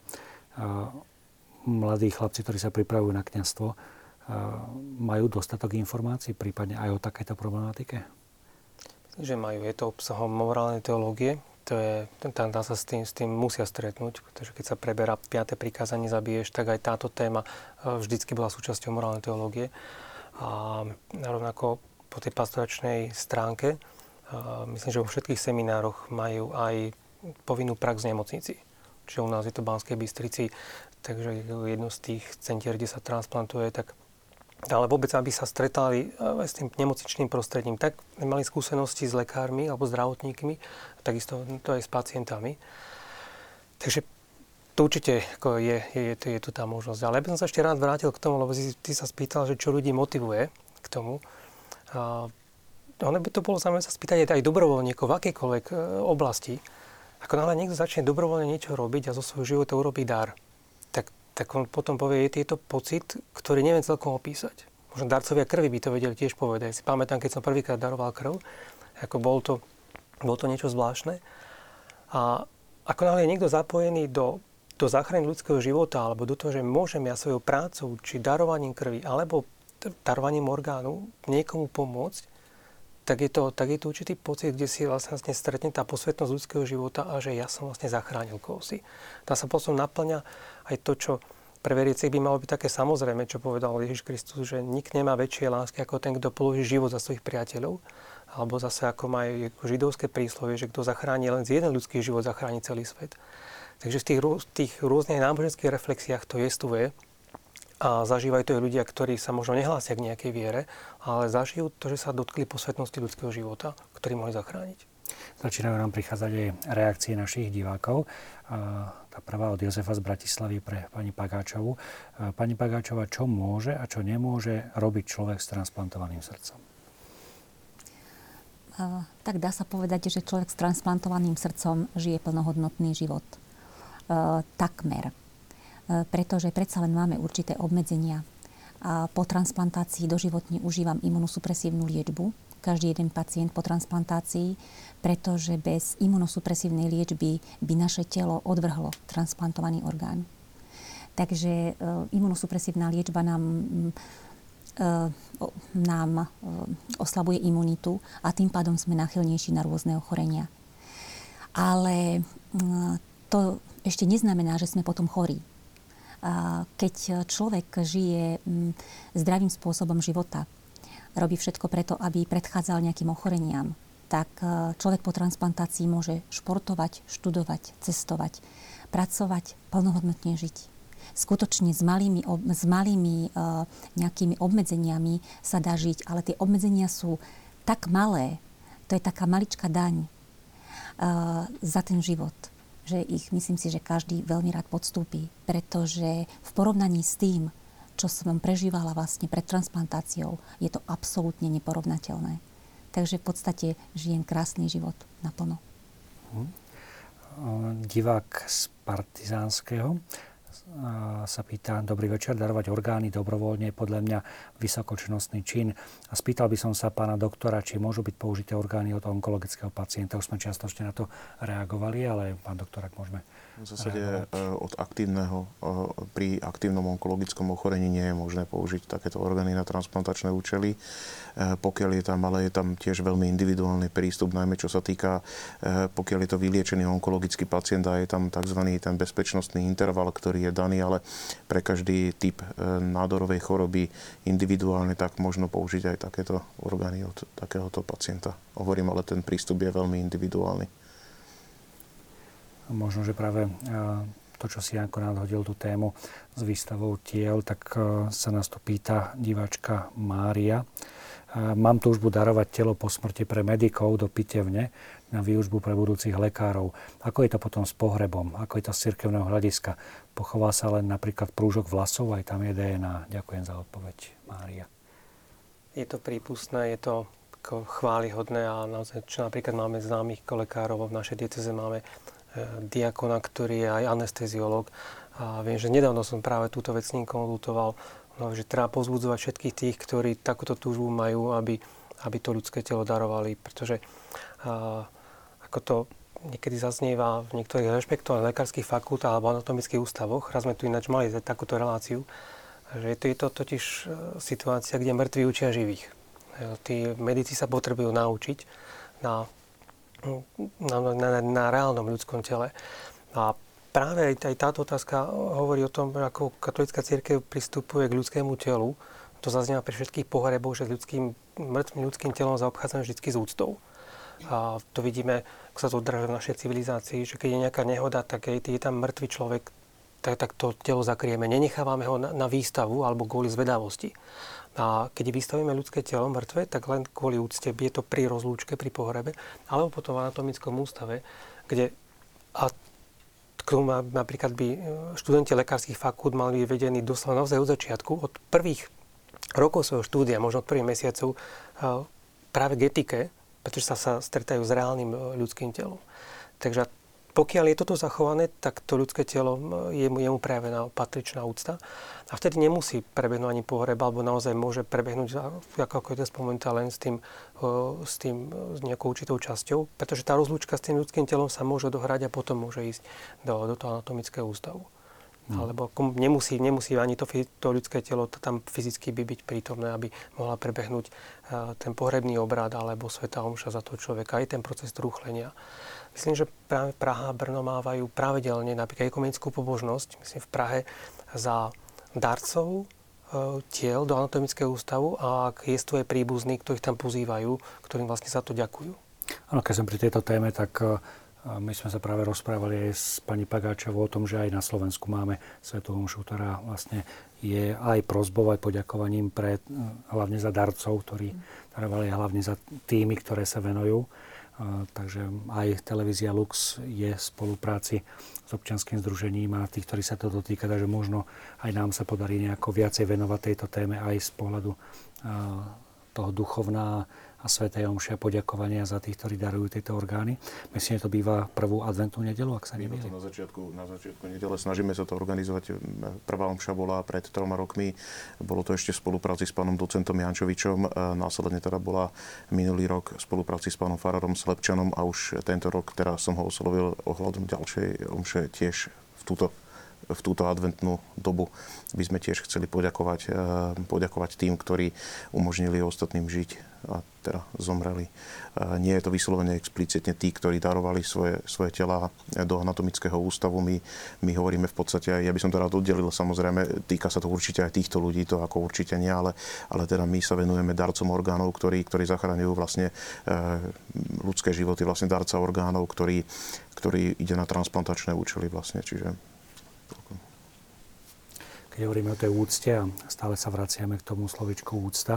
Mladí chlapci, ktorí sa pripravujú na kňazstvo, majú dostatok informácií, prípadne aj o takéto problematike? Myslím, že majú. Je to obsahom morálnej teológie. Tam sa s tým musia stretnúť, pretože keď sa preberá 5. prikázanie zabiješ, tak aj táto téma vždycky bola súčasťou morálnej teológie. A rovnako po tej pastoračnej stránke, myslím, že vo všetkých seminároch majú aj povinnú prax v nemocnici. Čiže u nás je to v Banskej Bystrici, takže jedno z tých centier, kde sa transplantuje, tak ale vôbec, aby sa stretali s tým nemocničným prostredím, tak mali skúsenosti s lekármi alebo zdravotníkmi, takisto to aj s pacientami. Takže to určite je tu tá možnosť. Ale ja by som sa ešte rád vrátil k tomu, lebo ty sa spýtal, že čo ľudí motivuje k tomu. Ono by to bolo zaujímavé sa spýtať aj dobrovoľníkov v akejkoľvek oblasti. Ako náhle niekto začne dobrovoľne niečo robiť a zo svojho života urobí dar, tak on potom povie, je to pocit, ktorý neviem celkom opísať. Možno darcovia krvi by to vedeli tiež povedať. Si pamätám, keď som prvýkrát daroval krv, ako bolo to niečo zvláštne. A ako náhle je niekto zapojený do do záchrany ľudského života, alebo do toho, že môžem ja svojou prácou, či darovaním krvi, alebo darovaním orgánu niekomu pomôcť, tak je to určitý pocit, kde si vlastne stretne tá posvetnosť ľudského života a že ja som vlastne zachránil kohosi. Tam sa potom naplňa aj to, čo pre veriacich by malo byť také samozrejme, čo povedal Ježiš Kristus, že nik nemá väčšie lásky ako ten, kto položí život za svojich priateľov. Alebo zase ako majú židovské príslovie, že kto zachráni len z jeden ľudský život, zachráni celý svet. Takže v tých rôznych náboženských reflexiách to jestvuje. A zažívajú to aj ľudia, ktorí sa možno nehlásia k nejakej viere, ale zažijú to, že sa dotkli posvetnosti ľudského života, ktorý mohli zachrániť. Začínajú nám prichádzať aj reakcie našich divákov. Tá prvá od Jozefa z Bratislavy pre pani Pagáčovu. Pani Pagáčová, čo môže a čo nemôže robiť človek s transplantovaným srdcom? Tak dá sa povedať, že človek s transplantovaným srdcom žije plnohodnotný život. Takmer. Pretože predsa len máme určité obmedzenia. A po transplantácii doživotne užívam imunosupresívnu liečbu. Každý jeden pacient po transplantácii, pretože bez imunosupresívnej liečby by naše telo odvrhlo transplantovaný orgán. Takže imunosupresívna liečba nám oslabuje imunitu a tým pádom sme náchylnejší na rôzne ochorenia. Ale to ešte neznamená, že sme potom chorí. Keď človek žije zdravým spôsobom života, robí všetko preto, aby predchádzal nejakým ochoreniam, tak človek po transplantácii môže športovať, študovať, cestovať, pracovať, plnohodnotne žiť. Skutočne s malými nejakými obmedzeniami sa dá žiť, ale tie obmedzenia sú tak malé, to je taká maličká daň za ten život, že myslím si, že každý veľmi rád podstúpi, pretože v porovnaní s tým, čo som prežívala vlastne pred transplantáciou, je to absolútne neporovnateľné. Takže v podstate žijem krásny život naplno. Divák z Partizánskeho sa pýta, dobrý večer, darovať orgány dobrovoľne je podľa mňa vysokočnostný čin. A spýtal by som sa pána doktora, či môžu byť použité orgány od onkologického pacienta. Už sme čiastočne na to reagovali, ale pán doktor, ak môžeme v zásade pri aktívnom onkologickom ochorení nie je možné použiť takéto orgány na transplantačné účely. Pokiaľ je tam, ale je tam tiež veľmi individuálny prístup, najmä čo sa týka, pokiaľ je to vyliečený onkologický pacient a je tam tzv. Ten bezpečnostný interval, ktorý je daný, ale pre každý typ nádorovej choroby individuálne, tak možno použiť aj takéto orgány od takéhoto pacienta. Hovorím, ale ten prístup je veľmi individuálny. Možno, že práve to, čo si Janko nadhodil tú tému s výstavou tiel, tak sa nás to pýta diváčka Mária. Mám túžbu darovať telo po smrti pre medikov do pitevne na výučbu pre budúcich lekárov. Ako je to potom s pohrebom? Ako je to z cirkevného hľadiska? Pochová sa len napríklad prúžok vlasov, aj tam je DNA. Ďakujem za odpoveď, Mária. Je to prípustné, je to chválihodné a naozaj, čo napríklad máme známych lekárov, v našej diecéze máme diakona, ktorý je aj anesteziológ. A viem, že nedávno som práve túto vec s ním konzultoval, že treba povzbudzovať všetkých tých, ktorí takúto túžbu majú, aby to ľudské telo darovali. Pretože ako to niekedy zaznieva v niektorých rešpektovaných lekárskych fakultách alebo anatomických ústavoch, raz sme tu ináč mali takúto reláciu, že je to totiž situácia, kde mŕtvi učia živých. Tí medici sa potrebujú naučiť na reálnom ľudskom tele. A práve aj táto otázka hovorí o tom, ako katolícka cirkev pristupuje k ľudskému telu. To zaznieva pri všetkých pohreboch, že s mŕtvým ľudským telom zaobchádzame vždy s úctou. A to vidíme, ako sa to odráža v našej civilizácii, že keď je nejaká nehoda, tak keď je tam mŕtvý človek, tak to telo zakrieme. Nenechávame ho na výstavu alebo kvôli zvedavosti. A keď vystavíme ľudské telo mŕtve, tak len kvôli úcte, je to pri rozlúčke, pri pohrebe, alebo potom v anatomickom ústave, kde a k tomu napríklad by študenti lekárskych fakult mali byť vedení doslova naozaj od začiatku, od prvých rokov svojho štúdia, možno od prvých mesiacov, práve k etike, pretože sa stretajú s reálnym ľudským telom. Takže pokiaľ je toto zachované, tak to ľudské telo je mu prejavená patričná úcta. A vtedy nemusí prebehnúť ani pohreb, alebo naozaj môže prebehnúť, ako je to spomenuté, len s nejakou určitou časťou, pretože tá rozlúčka s tým ľudským telom sa môže odohrať a potom môže ísť do toho anatomického ústavu. Alebo nemusí ani to ľudské telo tam fyzicky byť prítomné, aby mohla prebehnúť ten pohrebný obrad alebo svätá omša za toho človeka, aj ten proces trúchlenia. Myslím, že práve Praha a Brno mávajú pravidelne napríklad ekumenickú pobožnosť, myslím v Prahe, za darcov tiel do anatomického ústavu a ak je príbuzní, ktorých tam pozývajú, ktorým vlastne za to ďakujú. Áno, keď som pri tejto téme, tak my sme sa práve rozprávali aj s pani Pagáčovou o tom, že aj na Slovensku máme svätú omšu, ktorá vlastne je aj prosbou, aj poďakovaním hlavne za darcov, ktorí darovali hlavne za týmy, ktoré sa venujú. Takže aj televízia Lux je v spolupráci s občianskym združením a tých, ktorí sa to dotýka, takže možno aj nám sa podarí nejako viacej venovať tejto téme aj z pohľadu toho duchovná a svätej omše a poďakovania za tých, ktorí darujú tieto orgány. Myslím, že to býva prvú adventnú nedeľu, ak sa nemýlim. Na začiatku nedele snažíme sa to organizovať. Prvá omša bola pred 3 rokmi. Bolo to ešte v spolupráci s pánom docentom Jančovičom. Následne teda bola minulý rok v spolupráci s pánom farárom Slepčanom a už tento rok teraz som ho oslovil ohľadom ďalšej omše tiež v túto adventnú dobu by sme tiež chceli poďakovať tým, ktorí umožnili ostatným žiť a teda zomreli. Nie je to vyslovene explicitne tí, ktorí darovali svoje tela do anatomického ústavu. My hovoríme v podstate, ja by som to rád oddelil, samozrejme, týka sa to určite aj týchto ľudí, to ako určite nie, ale teda my sa venujeme darcom orgánov, ktorí zachraňujú vlastne ľudské životy, vlastne darca orgánov, ktorý ide na transplantačné účely vlastne, čiže keď hovoríme o tej úcte a stále sa vraciame k tomu slovičku úcta,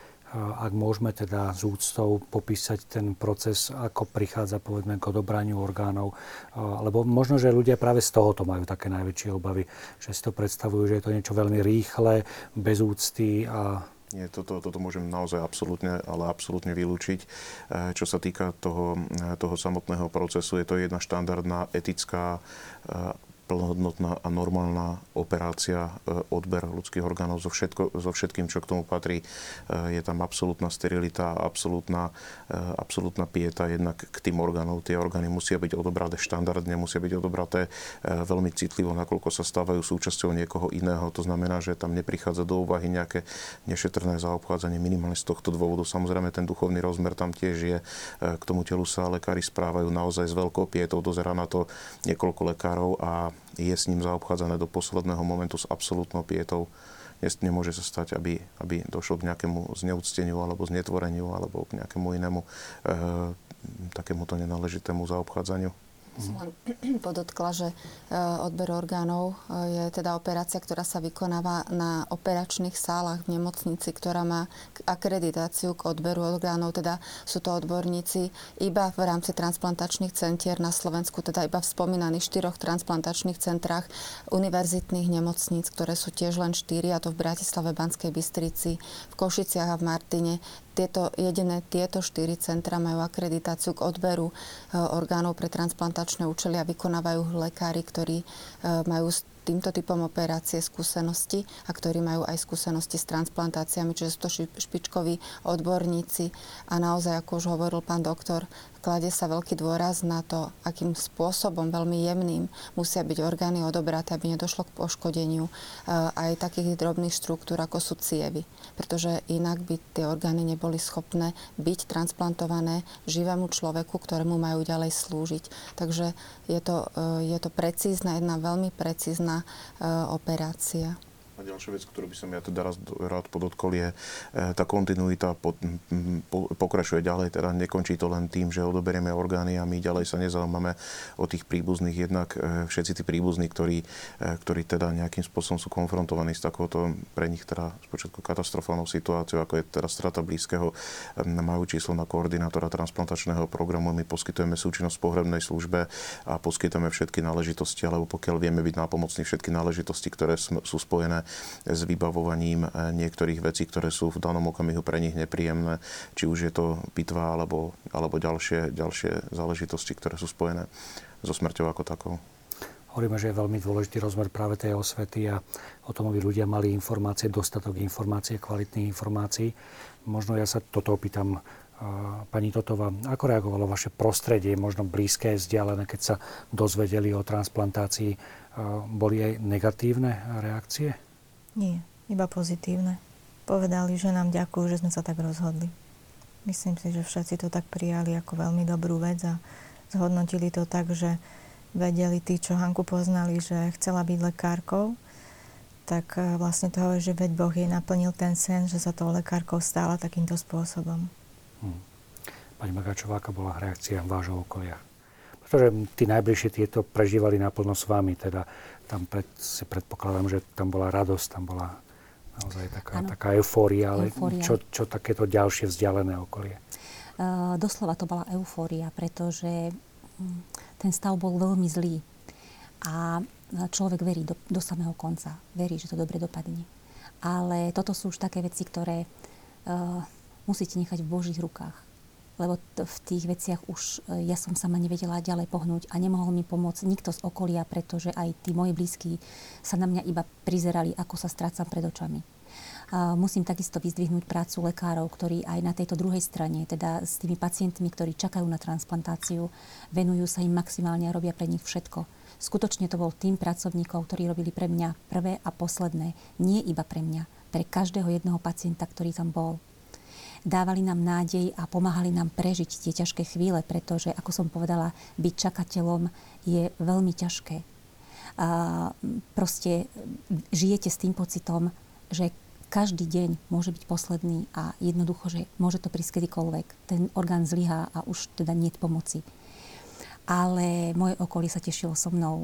ak môžeme teda s úctou popísať ten proces, ako prichádza povedzme k odobraniu orgánov, lebo možno, že ľudia práve z tohoto majú také najväčšie obavy, že si to predstavujú, že je to niečo veľmi rýchle, bez úcty a... Nie, toto môžem naozaj absolútne vylúčiť. Čo sa týka toho samotného procesu, je to jedna štandardná etická plnohodnotná a normálna operácia, odber ľudských orgánov so všetkým, čo k tomu patrí. Je tam absolútna sterilita, absolútna pieta jednak k tým orgánom. Tie orgány musia byť odobraté štandardne, musia byť odobraté veľmi citlivo, nakoľko sa stávajú súčasťou niekoho iného. To znamená, že tam neprichádza do úvahy nejaké nešetrné zaobchádzanie minimálne z tohto dôvodu. Samozrejme, ten duchovný rozmer tam tiež je. K tomu telu sa lekári správajú naozaj s veľkou pietou, dozerá na to niekoľko lekárov a je s ním zaobchádzané do posledného momentu s absolútnou pietou. Nemôže sa stať, aby došlo k nejakému zneúcteniu alebo znetvoreniu alebo k nejakému inému takémuto nenáležitému zaobchádzaniu. Som len podotkla, že odber orgánov je teda operácia, ktorá sa vykonáva na operačných sálach v nemocnici, ktorá má akreditáciu k odberu orgánov. Teda sú to odborníci iba v rámci transplantačných centier na Slovensku, teda iba v spomínaných 4 transplantačných centrách univerzitných nemocníc, ktoré sú tiež len 4, a to v Bratislave, Banskej Bystrici, v Košiciach a v Martine. Tieto 4 centra majú akreditáciu k odberu orgánov pre transplantačné účely a vykonávajú lekári, ktorí majú s týmto typom operácie skúsenosti a ktorí majú aj skúsenosti s transplantáciami, čiže sú to špičkoví odborníci a naozaj, ako už hovoril pán doktor, kladie sa veľký dôraz na to, akým spôsobom, veľmi jemným, musia byť orgány odobraté, aby nedošlo k poškodeniu aj takých drobných štruktúr, ako sú cievy. Pretože inak by tie orgány neboli schopné byť transplantované živému človeku, ktorému majú ďalej slúžiť. Takže je to precízna, jedna veľmi precízna operácia. A ďalšia vec, ktorú by som ja teda rád podotkol, je tá kontinuita pokračuje ďalej, teda nekončí to len tým, že odoberieme orgány a my ďalej sa nezaujímame o tých príbuzných. Jednak všetci tí príbuzní, ktorí teda nejakým spôsobom sú konfrontovaní s takouto pre nich teda spočiatku katastrofálnou situáciou, ako je teda strata blízkeho, majú číslo na koordinátora transplantačného programu. My poskytujeme súčinnosť v pohrebnej službe a poskytujeme všetky náležitosti, alebo pokiaľ vieme byť nápomocní, všetky náležitosti, ktoré sú spojené s vybavovaním niektorých vecí, ktoré sú v danom okamihu pre nich nepríjemné, či už je to pitva alebo ďalšie záležitosti, ktoré sú spojené so smrťou ako takou. Hovoríme, že je veľmi dôležitý rozmer práve tej osvety a o tom, aby ľudia mali informácie, dostatok informácií, kvalitných informácií. Možno ja sa toto opýtam, pani Totová, ako reagovalo vaše prostredie, možno blízke, vzdialené, keď sa dozvedeli o transplantácii? Boli aj negatívne reakcie? Nie, iba pozitívne. Povedali, že nám ďakujú, že sme sa tak rozhodli. Myslím si, že všetci to tak prijali ako veľmi dobrú vec a zhodnotili to tak, že vedeli tí, čo Hanku poznali, že chcela byť lekárkou, tak vlastne toho, že veď Boh jej naplnil ten sen, že sa tou lekárkou stala takýmto spôsobom. Pani Magáčová, aká bola reakcia vášho okolia? Pretože tí najbližší tieto prežívali naplno s vami, teda tam si predpokladám, že tam bola radosť, tam bola naozaj taká eufória, ale čo takéto ďalšie vzdialené okolie? Doslova to bola eufória, pretože ten stav bol veľmi zlý a človek verí do samého konca, verí, že to dobre dopadne. Ale toto sú už také veci, ktoré musíte nechať v Božích rukách. Lebo v tých veciach už ja som sama nevedela ďalej pohnúť a nemohol mi pomôcť nikto z okolia, pretože aj tí moji blízki sa na mňa iba prizerali, ako sa strácam pred očami. Musím takisto vyzdvihnúť prácu lekárov, ktorí aj na tejto druhej strane, teda s tými pacientmi, ktorí čakajú na transplantáciu, venujú sa im maximálne a robia pre nich všetko. Skutočne to bol tým pracovníkov, ktorí robili pre mňa prvé a posledné. Nie iba pre mňa, pre každého jedného pacienta, ktorý tam bol. Dávali nám nádej a pomáhali nám prežiť tie ťažké chvíle, pretože, ako som povedala, byť čakateľom je veľmi ťažké. Proste žijete s tým pocitom, že každý deň môže byť posledný a jednoducho, že môže to prísť kedykoľvek. Ten orgán zlyhá a už teda nie je pomoci. Ale moje okolie sa tešilo so mnou.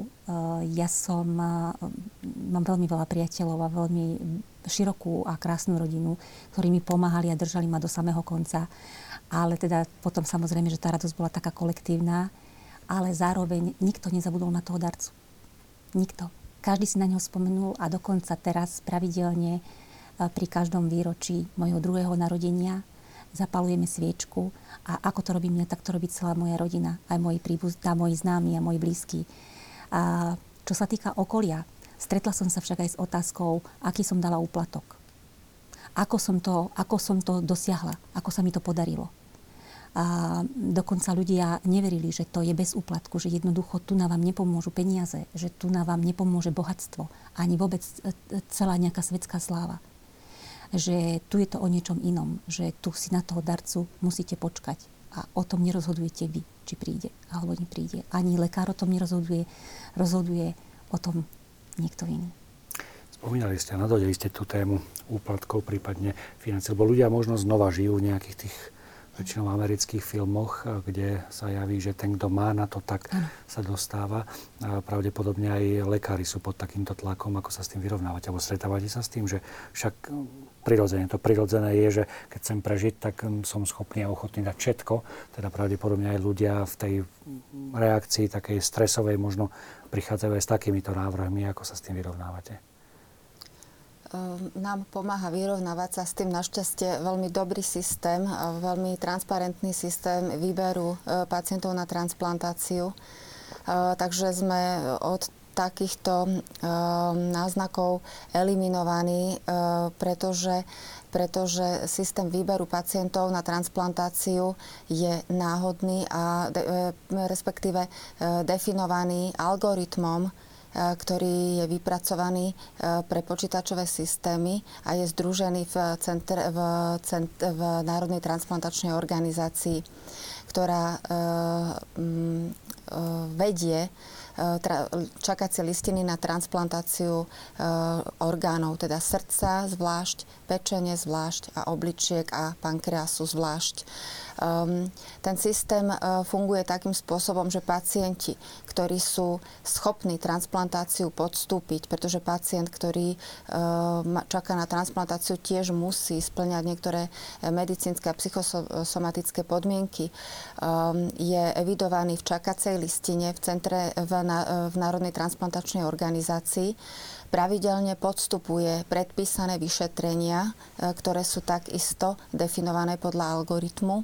Mám veľmi veľa priateľov a veľmi širokú a krásnu rodinu, ktorí mi pomáhali a držali ma do samého konca. Ale teda potom samozrejme, že tá radosť bola taká kolektívna, ale zároveň nikto nezabudol na toho darcu. Nikto. Každý si na neho spomenul a dokonca teraz pravidelne pri každom výročí mojho 2. narodenia zapalujeme sviečku a ako to robím ja, tak to robí celá moja rodina, aj moji moji známi a moji blízki. A čo sa týka okolia, stretla som sa však aj s otázkou, aký som dala úplatok. Ako som to dosiahla, ako sa mi to podarilo. A dokonca ľudia neverili, že to je bez úplatku, že jednoducho tu na vám nepomôžu peniaze, že tu na vám nepomôže bohatstvo, ani vôbec celá nejaká svetská sláva. Že tu je to o niečom inom, že tu si na toho darcu musíte počkať a o tom nerozhodujete vy, či príde alebo nepríde. Ani lekár o tom nerozhoduje, rozhoduje o tom niekto iný. Spomínali ste a nadhodili ste tú tému úplatkov, prípadne financií, lebo ľudia možno znova žijú v nejakých tých väčšinou amerických filmoch, kde sa javí, že ten, kto má na to, tak sa dostáva. A pravdepodobne aj lekári sú pod takýmto tlakom, ako sa s tým vyrovnávate, alebo stretávate sa s tým, že však prirodzené je, že keď chcem prežiť, tak som schopný a ochotný dať všetko. Teda pravdepodobne aj ľudia v tej reakcii takej stresovej možno prichádzajú aj s takýmito návrhmi, ako sa s tým vyrovnávate. Nám pomáha vyrovnávať sa s tým našťastie veľmi dobrý systém, veľmi transparentný systém výberu pacientov na transplantáciu. Takže sme od takýchto náznakov eliminovaní, pretože systém výberu pacientov na transplantáciu je náhodný a respektíve definovaný algoritmom, ktorý je vypracovaný pre počítačové systémy a je združený v Národnej transplantačnej organizácii, ktorá vedie čakacie listiny na transplantáciu orgánov, teda srdca zvlášť, pečene zvlášť a obličiek a pankreasu zvlášť. Ten systém funguje takým spôsobom, že pacienti, ktorí sú schopní transplantáciu podstúpiť, pretože pacient, ktorý čaká na transplantáciu, tiež musí spĺňať niektoré medicínske a psychosomatické podmienky, je evidovaný v čakacej listine v v Národnej transplantačnej organizácii, pravidelne podstupuje predpísané vyšetrenia, ktoré sú takisto definované podľa algoritmu.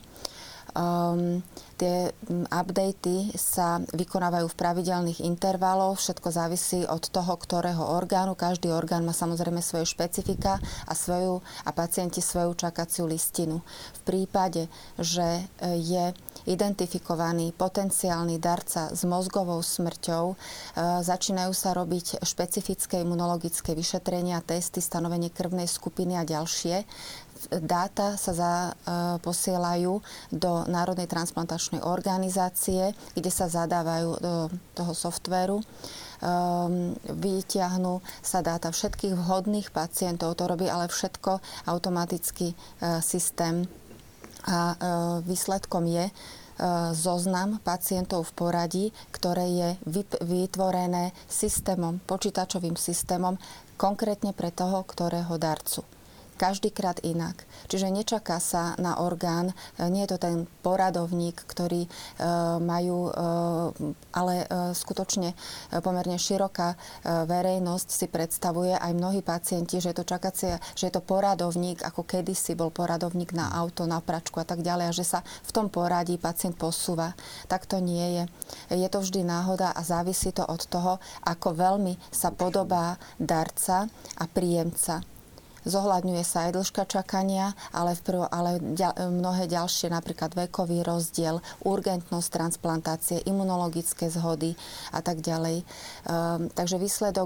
Tie updaty sa vykonávajú v pravidelných intervaloch, všetko závisí od toho, ktorého orgánu. Každý orgán má samozrejme svoje špecifika a pacienti svoju čakaciu listinu. V prípade, že je identifikovaný potenciálny darca s mozgovou smrťou, začínajú sa robiť špecifické imunologické vyšetrenia, testy, stanovenie krvnej skupiny a ďalšie. Dáta sa posielajú do Národnej transplantačnej organizácie, kde sa zadávajú do toho softvéru. Vytiahnú sa dáta všetkých vhodných pacientov. To robí ale všetko automaticky systém. A výsledkom je zoznam pacientov v poradí, ktoré je vytvorené systémom, počítačovým systémom, konkrétne pre toho, ktorého darcu. Každýkrát inak. Čiže nečaká sa na orgán, nie je to ten poradovník, ktorý majú, ale skutočne pomerne široká verejnosť si predstavuje, aj mnohí pacienti, že je to čakacia, že je to poradovník, ako kedysi bol poradovník na auto, na pračku a tak ďalej, a že sa v tom poradí pacient posúva. Tak to nie je. Je to vždy náhoda a závisí to od toho, ako veľmi sa podobá darca a príjemca. Zohľadňuje sa aj dĺžka čakania, ale mnohé ďalšie, napríklad vekový rozdiel, urgentnosť transplantácie, imunologické zhody a tak ďalej. Takže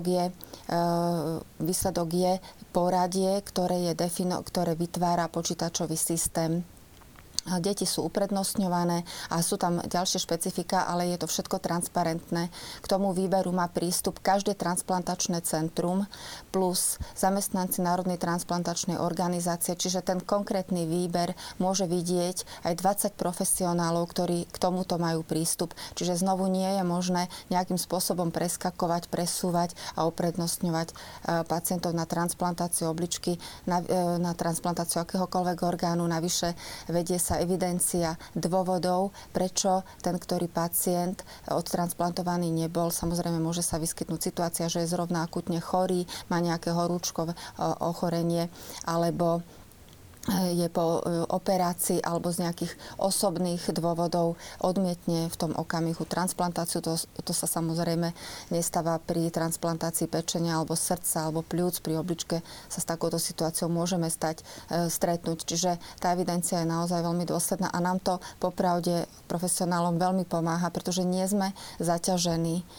výsledok je poradie, ktoré vytvára počítačový systém. Deti sú uprednostňované a sú tam ďalšie špecifika, ale je to všetko transparentné. K tomu výberu má prístup každé transplantačné centrum plus zamestnanci Národnej transplantačnej organizácie, čiže ten konkrétny výber môže vidieť aj 20 profesionálov, ktorí k tomuto majú prístup. Čiže znovu nie je možné nejakým spôsobom preskakovať, presúvať a uprednostňovať pacientov na transplantáciu obličky, na transplantáciu akéhokoľvek orgánu. Navyše vedie sa evidencia dôvodov, prečo ten, ktorý pacient odtransplantovaný nebol. Samozrejme, môže sa vyskytnúť situácia, že je zrovna akútne chorý, má nejaké horúčkové ochorenie, alebo je po operácii alebo z nejakých osobných dôvodov odmietne v tom okamihu transplantáciu. To sa samozrejme nestáva pri transplantácii pečenia alebo srdca alebo pľúc. Pri obličke sa s takouto situáciou môžeme stretnúť. Čiže tá evidencia je naozaj veľmi dôsledná a nám to popravde profesionálom veľmi pomáha, pretože nie sme zaťažení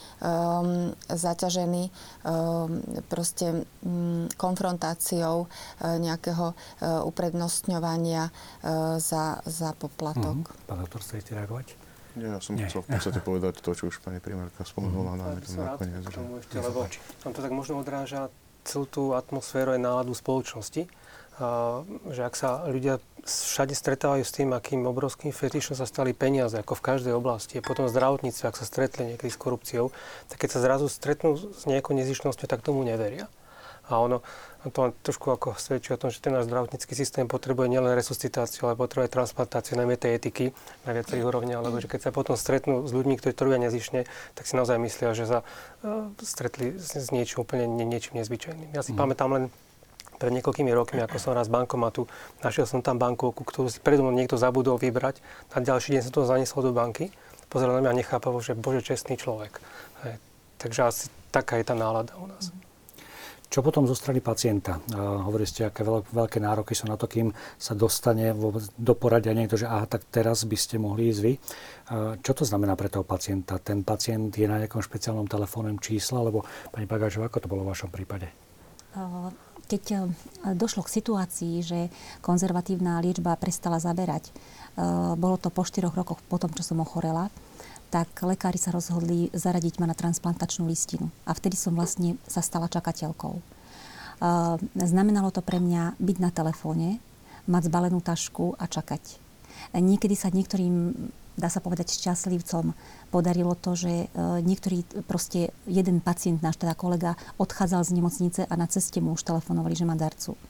proste konfrontáciou nejakého uprednostňovania za poplatok. Pán doktor, chcete reagovať? Ja som chcel v podstate povedať to, čo už pani primárka spomenula na tom nakoniec. Lebo tam to tak možno odráža celú tú atmosféru aj náladu spoločnosti. Že ak sa ľudia všade stretávajú s tým, akým obrovským fetišom sa stali peniaze, ako v každej oblasti, a potom v zdravotníctve, ak sa stretli niekedy s korupciou, tak keď sa zrazu stretnú s nejakou nezištnosťou, tak tomu neveria. A to trošku ako svedčí o tom, že ten náš zdravotnícky systém potrebuje nielen resuscitáciu, ale potrebuje transplantáciu, najmä tej etiky na viacerých úrovniach, alebo že keď sa potom stretnú s ľuďmi, ktorí to robia nezištne, tak si naozaj myslia, že sa stretli s niečím úplne niečím nezvyčajným. Ja si pamätám len pred niekoľkými rokmi, ako som raz z bankomatu, našiel som tam bankovku, ktorú si predo mnou niekto zabudol vybrať. Na ďalší deň som to zaniesol do banky. Pozeral na mňa nechápavo, že bože, čestný človek. Takže asi taká je tá nálada u nás. Čo potom zo strany pacienta? Hovorili ste, aké veľké nároky sú na to, kým sa dostane do poradia niekto, že tak teraz by ste mohli ísť vy. Čo to znamená pre toho pacienta? Ten pacient je na nejakom špeciálnom telefónnom čísle, alebo pani Pagáčová, ako to bolo v vašom prípade? Keď došlo k situácii, že konzervatívna liečba prestala zaberať, bolo to po 4 rokoch po tom, čo som ochorela, tak lekári sa rozhodli zaradiť ma na transplantačnú listinu. A vtedy som vlastne sa stala čakateľkou. Znamenalo to pre mňa byť na telefóne, mať zbalenú tašku a čakať. Niekedy sa niektorým, dá sa povedať, šťastlivcom podarilo to, že niektorý proste jeden pacient, náš teda kolega, odchádzal z nemocnice a na ceste mu už telefonovali, že má darcu.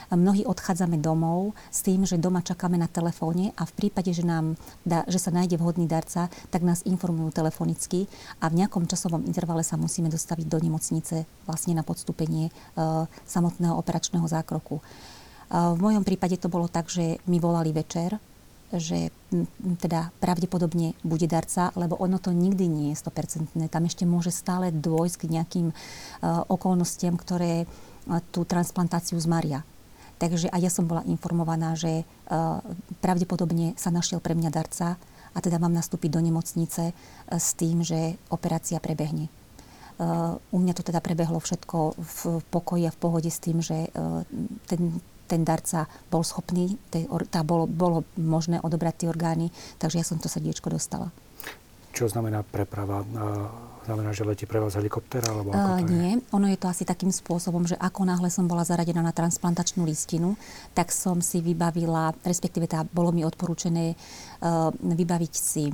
Mnohí odchádzame domov s tým, že doma čakáme na telefóne a v prípade, že sa nájde vhodný darca, tak nás informujú telefonicky a v nejakom časovom intervale sa musíme dostaviť do nemocnice vlastne na podstúpenie samotného operačného zákroku. V mojom prípade to bolo tak, že mi volali večer, že teda pravdepodobne bude darca, lebo ono to nikdy nie je 100%. Tam ešte môže stále dôjsť k nejakým okolnostiam, ktoré tú transplantáciu zmaria. Takže aj ja som bola informovaná, že pravdepodobne sa našiel pre mňa darca a teda mám nastúpiť do nemocnice s tým, že operácia prebehne. U mňa to teda prebehlo všetko v pokoji a v pohode s tým, že ten darca bol schopný, bolo možné odobrať tie orgány, takže ja som to srdiečko dostala. Čo znamená preprava? Znamená, že letí pre vás helikoptéra? Alebo ako to nie, ono je to asi takým spôsobom, že ako náhle som bola zaradená na transplantačnú listinu, tak som si vybavila, respektíve bolo mi odporúčené vybaviť si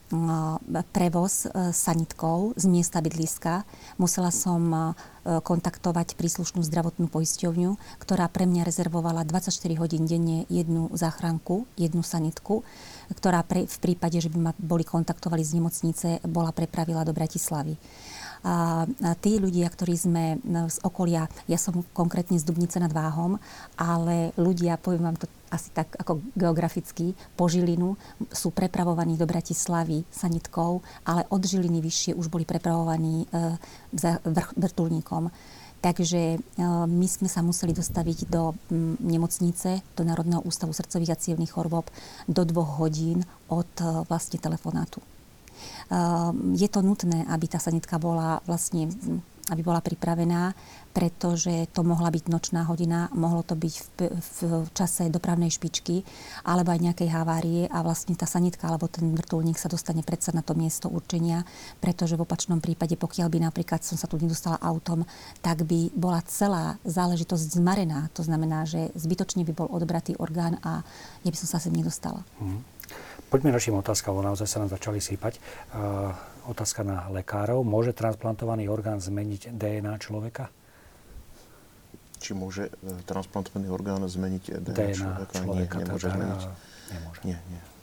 prevoz sanitkou z miesta bydliska. Musela som kontaktovať príslušnú zdravotnú poisťovňu, ktorá pre mňa rezervovala 24 hodín denne jednu záchranku, jednu sanitku, ktorá v prípade, že by ma boli kontaktovali z nemocnice, bola prepravila do Bratislavy. A tí ľudia, ktorí sme z okolia, ja som konkrétne z Dubnice nad Váhom, ale ľudia, poviem vám to asi tak ako geograficky, po Žilinu sú prepravovaní do Bratislavy sanitkou, ale od Žiliny vyššie už boli prepravovaní vrtuľníkom. Takže my sme sa museli dostaviť do nemocnice, do Národného ústavu srdcových a cievnych chorôb do 2 hodín od vlastne telefonátu. Je to nutné, aby tá sanitka bola aby bola pripravená, pretože to mohla byť nočná hodina, mohlo to byť v čase dopravnej špičky alebo aj nejakej havárie a vlastne tá sanitka alebo ten vrtuľník sa dostane predsa na to miesto určenia, pretože v opačnom prípade, pokiaľ by napríklad som sa tu nedostala autom, tak by bola celá záležitosť zmarená. To znamená, že zbytočne by bol odobratý orgán a ja by som sa sem nedostala. Poďme našim otázkam, lebo naozaj sa nám začali sípať. Otázka na lekárov. Môže transplantovaný orgán zmeniť DNA človeka? Či môže transplantovaný orgán zmeniť DNA človeka? Nie, nemôže zmeniť. Nemôže. Nie.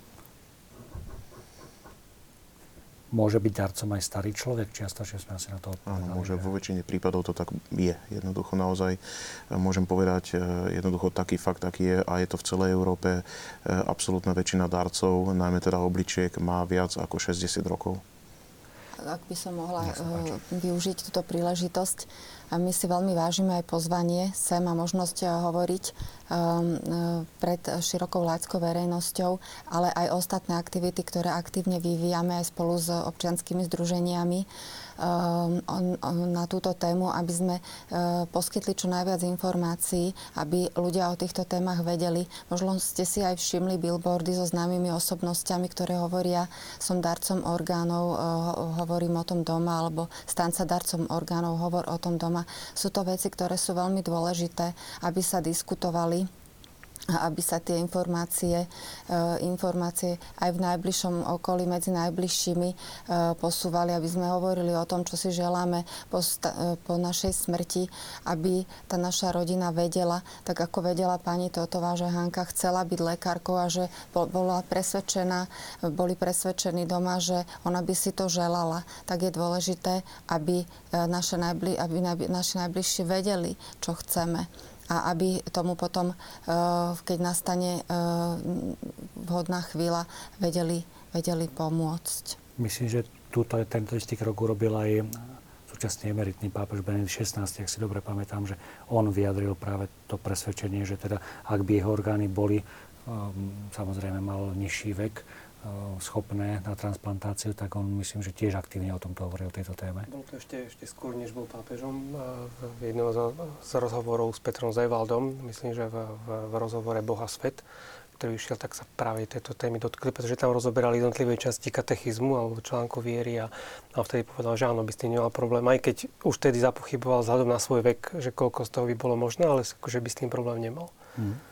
Môže byť darcom aj starý človek? Čiastočne sme asi na to odpovedali. Áno, môže. Vo väčšine prípadov to tak je. Jednoducho naozaj môžem povedať, jednoducho taký fakt, aký je a je to v celej Európe. Absolútna väčšina darcov, najmä teda obličiek, má viac ako 60 rokov. Ak by som mohla využiť túto príležitosť, a my si veľmi vážime aj pozvanie sem a možnosť hovoriť pred širokou laickou verejnosťou, ale aj ostatné aktivity, ktoré aktívne vyvíjame aj spolu s občianskými združeniami na túto tému, aby sme poskytli čo najviac informácií, aby ľudia o týchto témach vedeli. Možno ste si aj všimli billboardy so známymi osobnostiami, ktoré hovoria, som darcom orgánov, hovorím o tom doma, alebo stan sa darcom orgánov, hovor o tom doma. Sú to veci, ktoré sú veľmi dôležité, aby sa diskutovali a aby sa tie informácie aj v najbližšom okolí, medzi najbližšími posúvali, aby sme hovorili o tom, čo si želáme po našej smrti, aby tá naša rodina vedela, tak ako vedela pani Totová, že Hanka chcela byť lekárkou a že boli presvedčení doma, že ona by si to želala. Tak je dôležité, aby naši najbližší vedeli, čo chceme. A aby tomu potom, keď nastane vhodná chvíľa, vedeli pomôcť. Myslím, že tento istý krok urobil aj súčasný emeritný pápež Benedikt XVI, ak si dobre pamätám, že on vyjadril práve to presvedčenie, že teda ak by jeho orgány boli, samozrejme mal nižší vek, schopné na transplantáciu, tak on myslím, že tiež aktívne o tomto hovoril, o tejto téme. Bolo to ešte skôr, než bol pápežom. V jednom z rozhovorov s Petrom Zajvaldom, myslím, že v rozhovore Boha svet, ktorý išiel, tak sa práve tejto témy dotkli, pretože tam rozoberali jednotlivé časti katechizmu alebo článku viery a vtedy povedal, že áno, by s tým nemal problém, aj keď už vtedy zapochyboval vzhľadom na svoj vek, že koľko z toho by bolo možné, ale že by s tým problém nemal.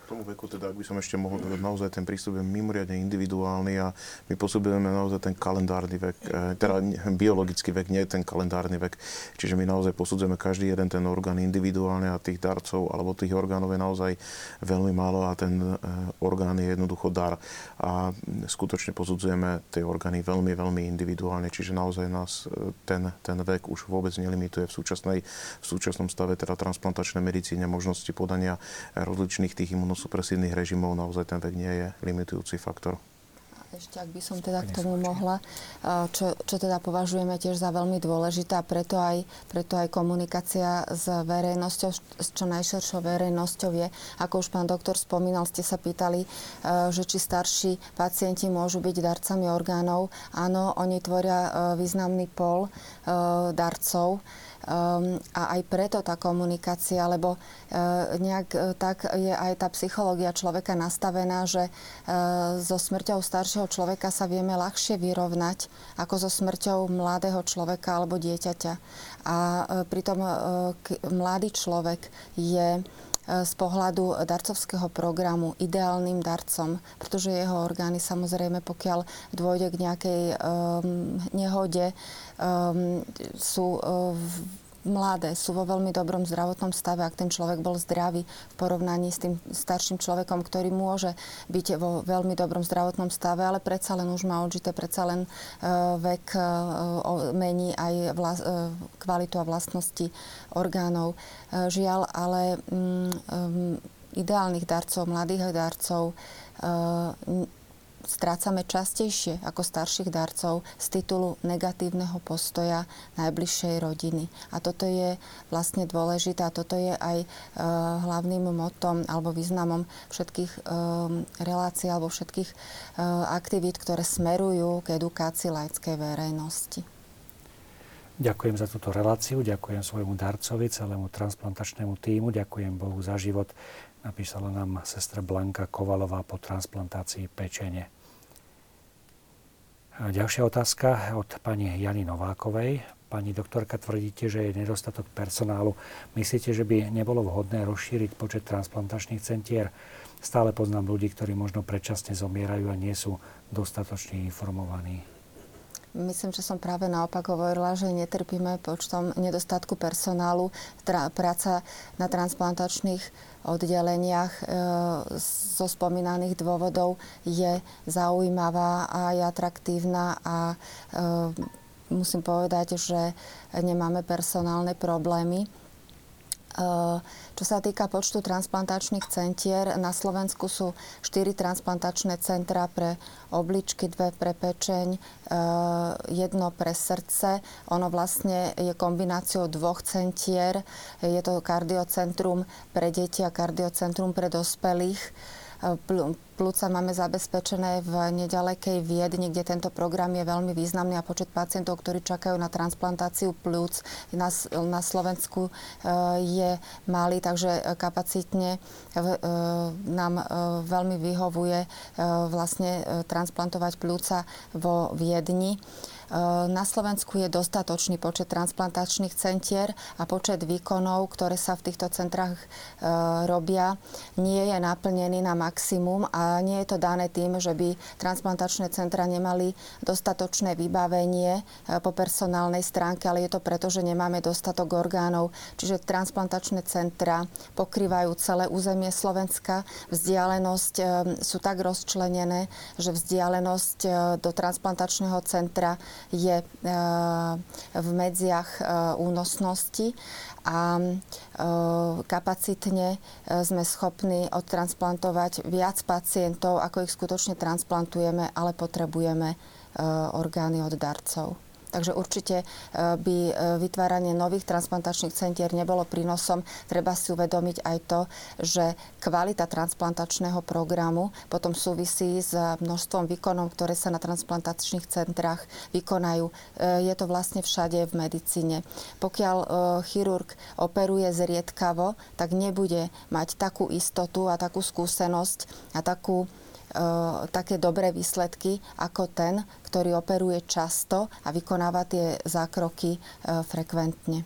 K tomu veku teda, ak by som ešte mohol dodať, naozaj ten prístup je mimoriadne individuálny a my posúdime naozaj ten kalendárny vek, teda biologický vek, nie ten kalendárny vek. Čiže my naozaj posudzujeme každý jeden ten orgán individuálne a tých darcov alebo tých orgánov je naozaj veľmi málo a ten orgán je jednoducho dar. A skutočne posudzujeme tie orgány veľmi, veľmi individuálne, čiže naozaj nás ten vek už vôbec nelimituje v súčasnom stave teda transplantačnej medicíne, možnosti podania rozličných tých imunosupresívnych režimov, naozaj ten vek nie je limitujúci faktor. Ešte, ak by som teda k tomu mohla, čo teda považujeme tiež za veľmi dôležité a preto aj komunikácia s verejnosťou, s čo najširšou verejnosťou je, ako už pán doktor spomínal, ste sa pýtali, že či starší pacienti môžu byť darcami orgánov. Áno, oni tvoria významný pol darcov. A aj preto tá komunikácia, lebo nejak tak je aj tá psychológia človeka nastavená, že so smrťou staršieho človeka sa vieme ľahšie vyrovnať ako so smrťou mladého človeka alebo dieťaťa. A pritom mladý človek je z pohľadu darcovského programu ideálnym darcom, pretože jeho orgány samozrejme, pokiaľ dôjde k nejakej nehode, sú mladé, sú vo veľmi dobrom zdravotnom stave, ak ten človek bol zdravý v porovnaní s tým starším človekom, ktorý môže byť vo veľmi dobrom zdravotnom stave, ale predsa len už má odžité, predsa len vek mení aj kvalitu a vlastnosti orgánov. Žiaľ, ale ideálnych darcov, mladých darcov strácame častejšie ako starších darcov z titulu negatívneho postoja najbližšej rodiny. A toto je vlastne dôležité a toto je aj hlavným motom alebo významom všetkých relácií alebo všetkých aktivít, ktoré smerujú k edukácii laickej verejnosti. Ďakujem za túto reláciu, ďakujem svojmu darcovi, celému transplantačnému tímu, ďakujem Bohu za život. Napísala nám sestra Blanka Kovalová po transplantácii pečene. A ďalšia otázka od pani Jany Novákovej. Pani doktorka, tvrdíte, že je nedostatok personálu. Myslíte, že by nebolo vhodné rozšíriť počet transplantačných centier? Stále poznám ľudí, ktorí možno predčasne zomierajú a nie sú dostatočne informovaní. Myslím, že som práve naopak hovorila, že netrpíme počtom nedostatku personálu. Práca na transplantačných oddeleniach zo spomínaných dôvodov je zaujímavá a je atraktívna a musím povedať, že nemáme personálne problémy. Čo sa týka počtu transplantačných centier, na Slovensku sú 4 transplantačné centra pre obličky, 2 pre pečeň, 1 pre srdce. Ono vlastne je kombináciou 2 centier. Je to kardiocentrum pre deti a kardiocentrum pre dospelých. Pľúca máme zabezpečené v nedalekej Viedni, kde tento program je veľmi významný a počet pacientov, ktorí čakajú na transplantáciu pľúc na Slovensku je malý, takže kapacitne nám veľmi vyhovuje vlastne transplantovať pľúca vo Viedni. Na Slovensku je dostatočný počet transplantačných centier a počet výkonov, ktoré sa v týchto centrách robia, nie je naplnený na maximum a nie je to dané tým, že by transplantačné centra nemali dostatočné vybavenie po personálnej stránke, ale je to preto, že nemáme dostatok orgánov. Čiže transplantačné centra pokrývajú celé územie Slovenska. Vzdialenosť sú tak rozčlenené, že vzdialenosť do transplantačného centra je v medziach únosnosti a kapacitne sme schopní odtransplantovať viac pacientov, ako ich skutočne transplantujeme, ale potrebujeme orgány od darcov. Takže určite by vytváranie nových transplantačných centier nebolo prínosom. Treba si uvedomiť aj to, že kvalita transplantačného programu potom súvisí s množstvom výkonov, ktoré sa na transplantačných centrách vykonajú. Je to vlastne všade v medicíne. Pokiaľ chirurg operuje zriedkavo, tak nebude mať takú istotu a takú skúsenosť a také dobré výsledky ako ten, ktorý operuje často a vykonáva tie zákroky frekventne.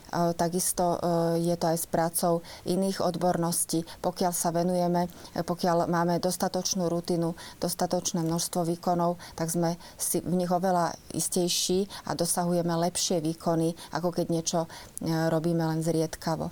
Takisto je to aj s prácou iných odborností. Pokiaľ sa venujeme, pokiaľ máme dostatočnú rutinu, dostatočné množstvo výkonov, tak sme si v nich oveľa istejší a dosahujeme lepšie výkony, ako keď niečo robíme len zriedkavo.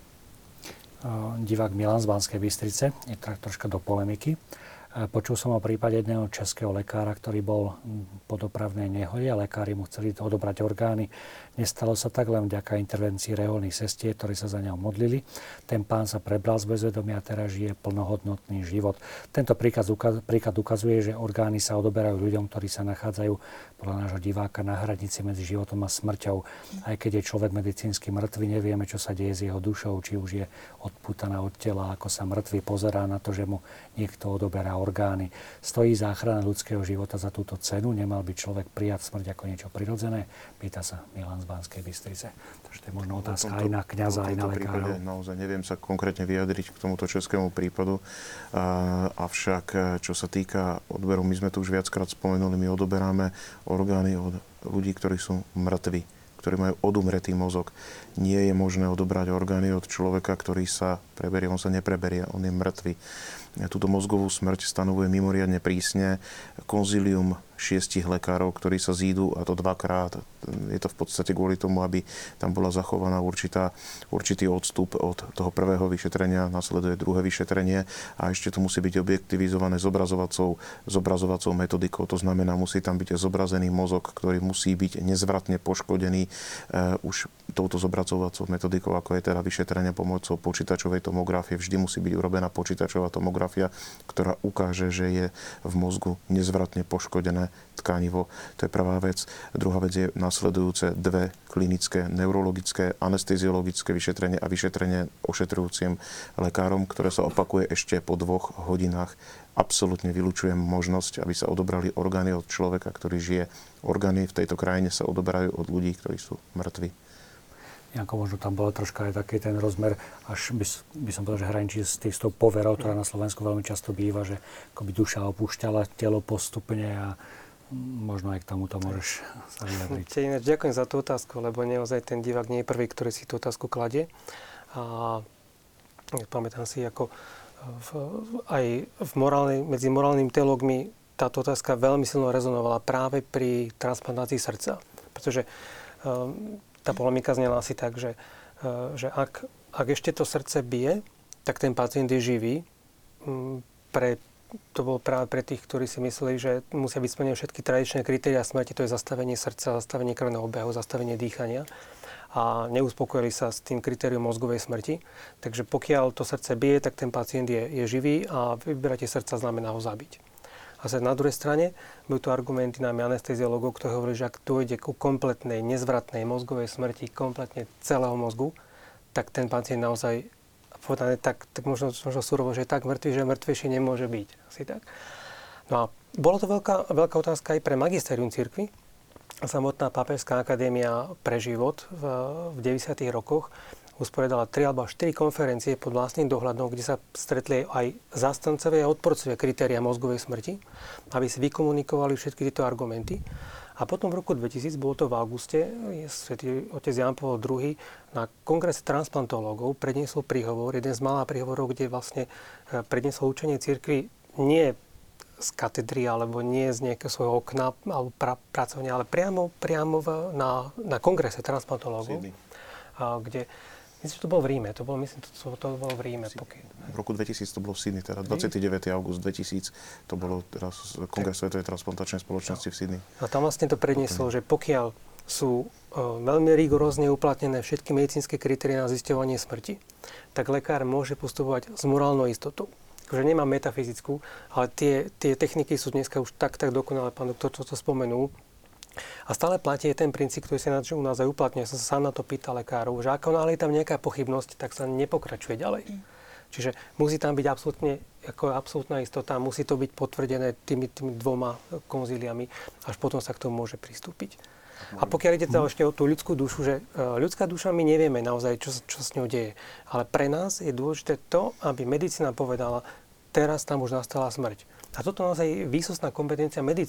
Divák Milan z Banskej Bystrice je troška do polemiky. Počul som o prípade jedného českého lekára, ktorý bol po dopravnej nehode a lekári mu chceli odobrať orgány. Nestalo sa tak len vďaka intervencii reholných sestier, ktorí sa za neho modlili. Ten pán sa prebral z bezvedomia a teraz žije plnohodnotný život. Tento príklad ukazuje, že orgány sa odoberajú ľuďom, ktorí sa nachádzajú podľa nášho diváka na hranici medzi životom a smrťou. Aj keď je človek medicínsky mŕtvy, nevieme, čo sa deje s jeho dušou, či už je odpútaná od tela, ako sa mŕtvy pozerá na to, že mu niekto odoberá orgány. Stojí záchrana ľudského života za túto cenu? Nemal by človek prijať smrť ako niečo prirodzené? Pýta sa Milan z Banskej Bystrice. Takže to je možno otázka aj na kňaza, aj na lekárov. Naozaj neviem sa konkrétne vyjadriť k tomuto českému prípadu. Avšak, čo sa týka odberu, my sme tu už viackrát spomenuli, my odoberáme orgány od ľudí, ktorí sú mŕtvi, ktorí majú odumretý mozog. Nie je možné odobrať orgány od človeka, ktorý sa preberie. On sa nepreberie, on je mŕtvy. Túto mozgovú smrť stanovuje mimoriadne prísne konzílium 6 lekárov, ktorí sa zídu, a to 2-krát. Je to v podstate kvôli tomu, aby tam bola zachovaná určitý odstup od toho prvého vyšetrenia, nasleduje druhé vyšetrenie a ešte to musí byť objektivizované zobrazovacou metodikou. To znamená, musí tam byť zobrazený mozog, ktorý musí byť nezvratne poškodený už touto zobrazovacou metodikou, ako je teda vyšetrenie pomocou počítačovej tomografie. Vždy musí byť urobená počítačová tomografia, ktorá ukáže, že je v mozgu nezvratne poškodené tkanivo. To je prvá vec. Druhá vec je nasledujúce 2 klinické, neurologické, anesteziologické vyšetrenie a vyšetrenie ošetrujúcim lekárom, ktoré sa opakuje ešte po 2 hodinách. Absolútne vylučujem možnosť, aby sa odobrali orgány od človeka, ktorý žije. Orgány v tejto krajine sa odoberajú od ľudí, ktorí sú mŕtvi. Janko, možno tam bolo troška aj taký ten rozmer, až by som povedal, že hraničí s tou poverou, ktorá na Slovensku veľmi často býva, že akoby duša opúšťala telo postupne a možno aj k tomuto môžeš sa vyjadriť. Ináč ďakujem za tú otázku, lebo naozaj ten divák nie je prvý, ktorý si tú otázku kladie. A pamätám si, ako medzi morálnymi teológmi táto otázka veľmi silno rezonovala práve pri transplantácii srdca. Pretože tá polemika znela asi tak, že ak ešte to srdce bije, tak ten pacient je živý. To bolo práve pre tých, ktorí si mysleli, že musia byť splnené všetky tradičné kritériá smrti, to je zastavenie srdca, zastavenie krvného obehu, zastavenie dýchania. A neuspokojili sa s tým kritériom mozgovej smrti. Takže pokiaľ to srdce bije, tak ten pacient je živý a vybratie srdca znamená ho zabiť. A na druhej strane boli tu argumenty najmä anesteziologov, ktorí hovorili, že ak dôjde ku kompletnej, nezvratnej mozgovej smrti kompletne celého mozgu, tak ten pacient naozaj, povedané tak možno surovo, že je tak mŕtvy, že mŕtvejšie nemôže byť. Asi tak. No a bolo to veľká otázka aj pre magisterium cirkvi. Samotná Pápežská akadémia pre život v 90. rokoch usporiadala 3 alebo 4 konferencie pod vlastným dohľadom, kde sa stretli aj zástancovia a odporcovia kritéria mozgovej smrti, aby si vykomunikovali všetky tieto argumenty. A potom v roku 2000, bolo to v auguste, svätý otec Ján Pavol II na kongrese transplantológov predniesol príhovor, jeden z mála príhovorov, kde vlastne predniesol učenie cirkvi nie z katedry alebo nie z nejakého svojho okna alebo pracovne, ale priamo na kongrese transplantológov, kde myslím, že to bolo v Ríme. To bolo v Ríme. V roku 2000 to bolo v Sydney, teda 29. august 2000 to bolo teraz Kongres Svetovej transplantačnej spoločnosti v Sydney. A tam vlastne to prednieslo, že pokiaľ sú veľmi rigorózne uplatnené všetky medicínske kritériá na zisťovanie smrti, tak lekár môže postupovať s morálnou istotou. Takže nemá metafyzickú, ale tie techniky sú dneska už tak dokonalé, pán doktor to spomenul. A stále platí ten princíp, ktorý sa u nás aj uplatňuje. Ja som sa sám na to pýtal lekárov, že ako náhle je tam nejaká pochybnosť, tak sa nepokračuje ďalej. Čiže musí tam byť absolútna istota, musí to byť potvrdené tými 2 konzíliami, až potom sa k tomu môže pristúpiť. A pokiaľ ide teda ešte o tú ľudskú dušu, že ľudská duša, my nevieme naozaj, čo sa s ňou deje. Ale pre nás je dôležité to, aby medicína povedala, teraz tam už nastala smrť. A toto naozaj je výsostná kompetencia medicíny.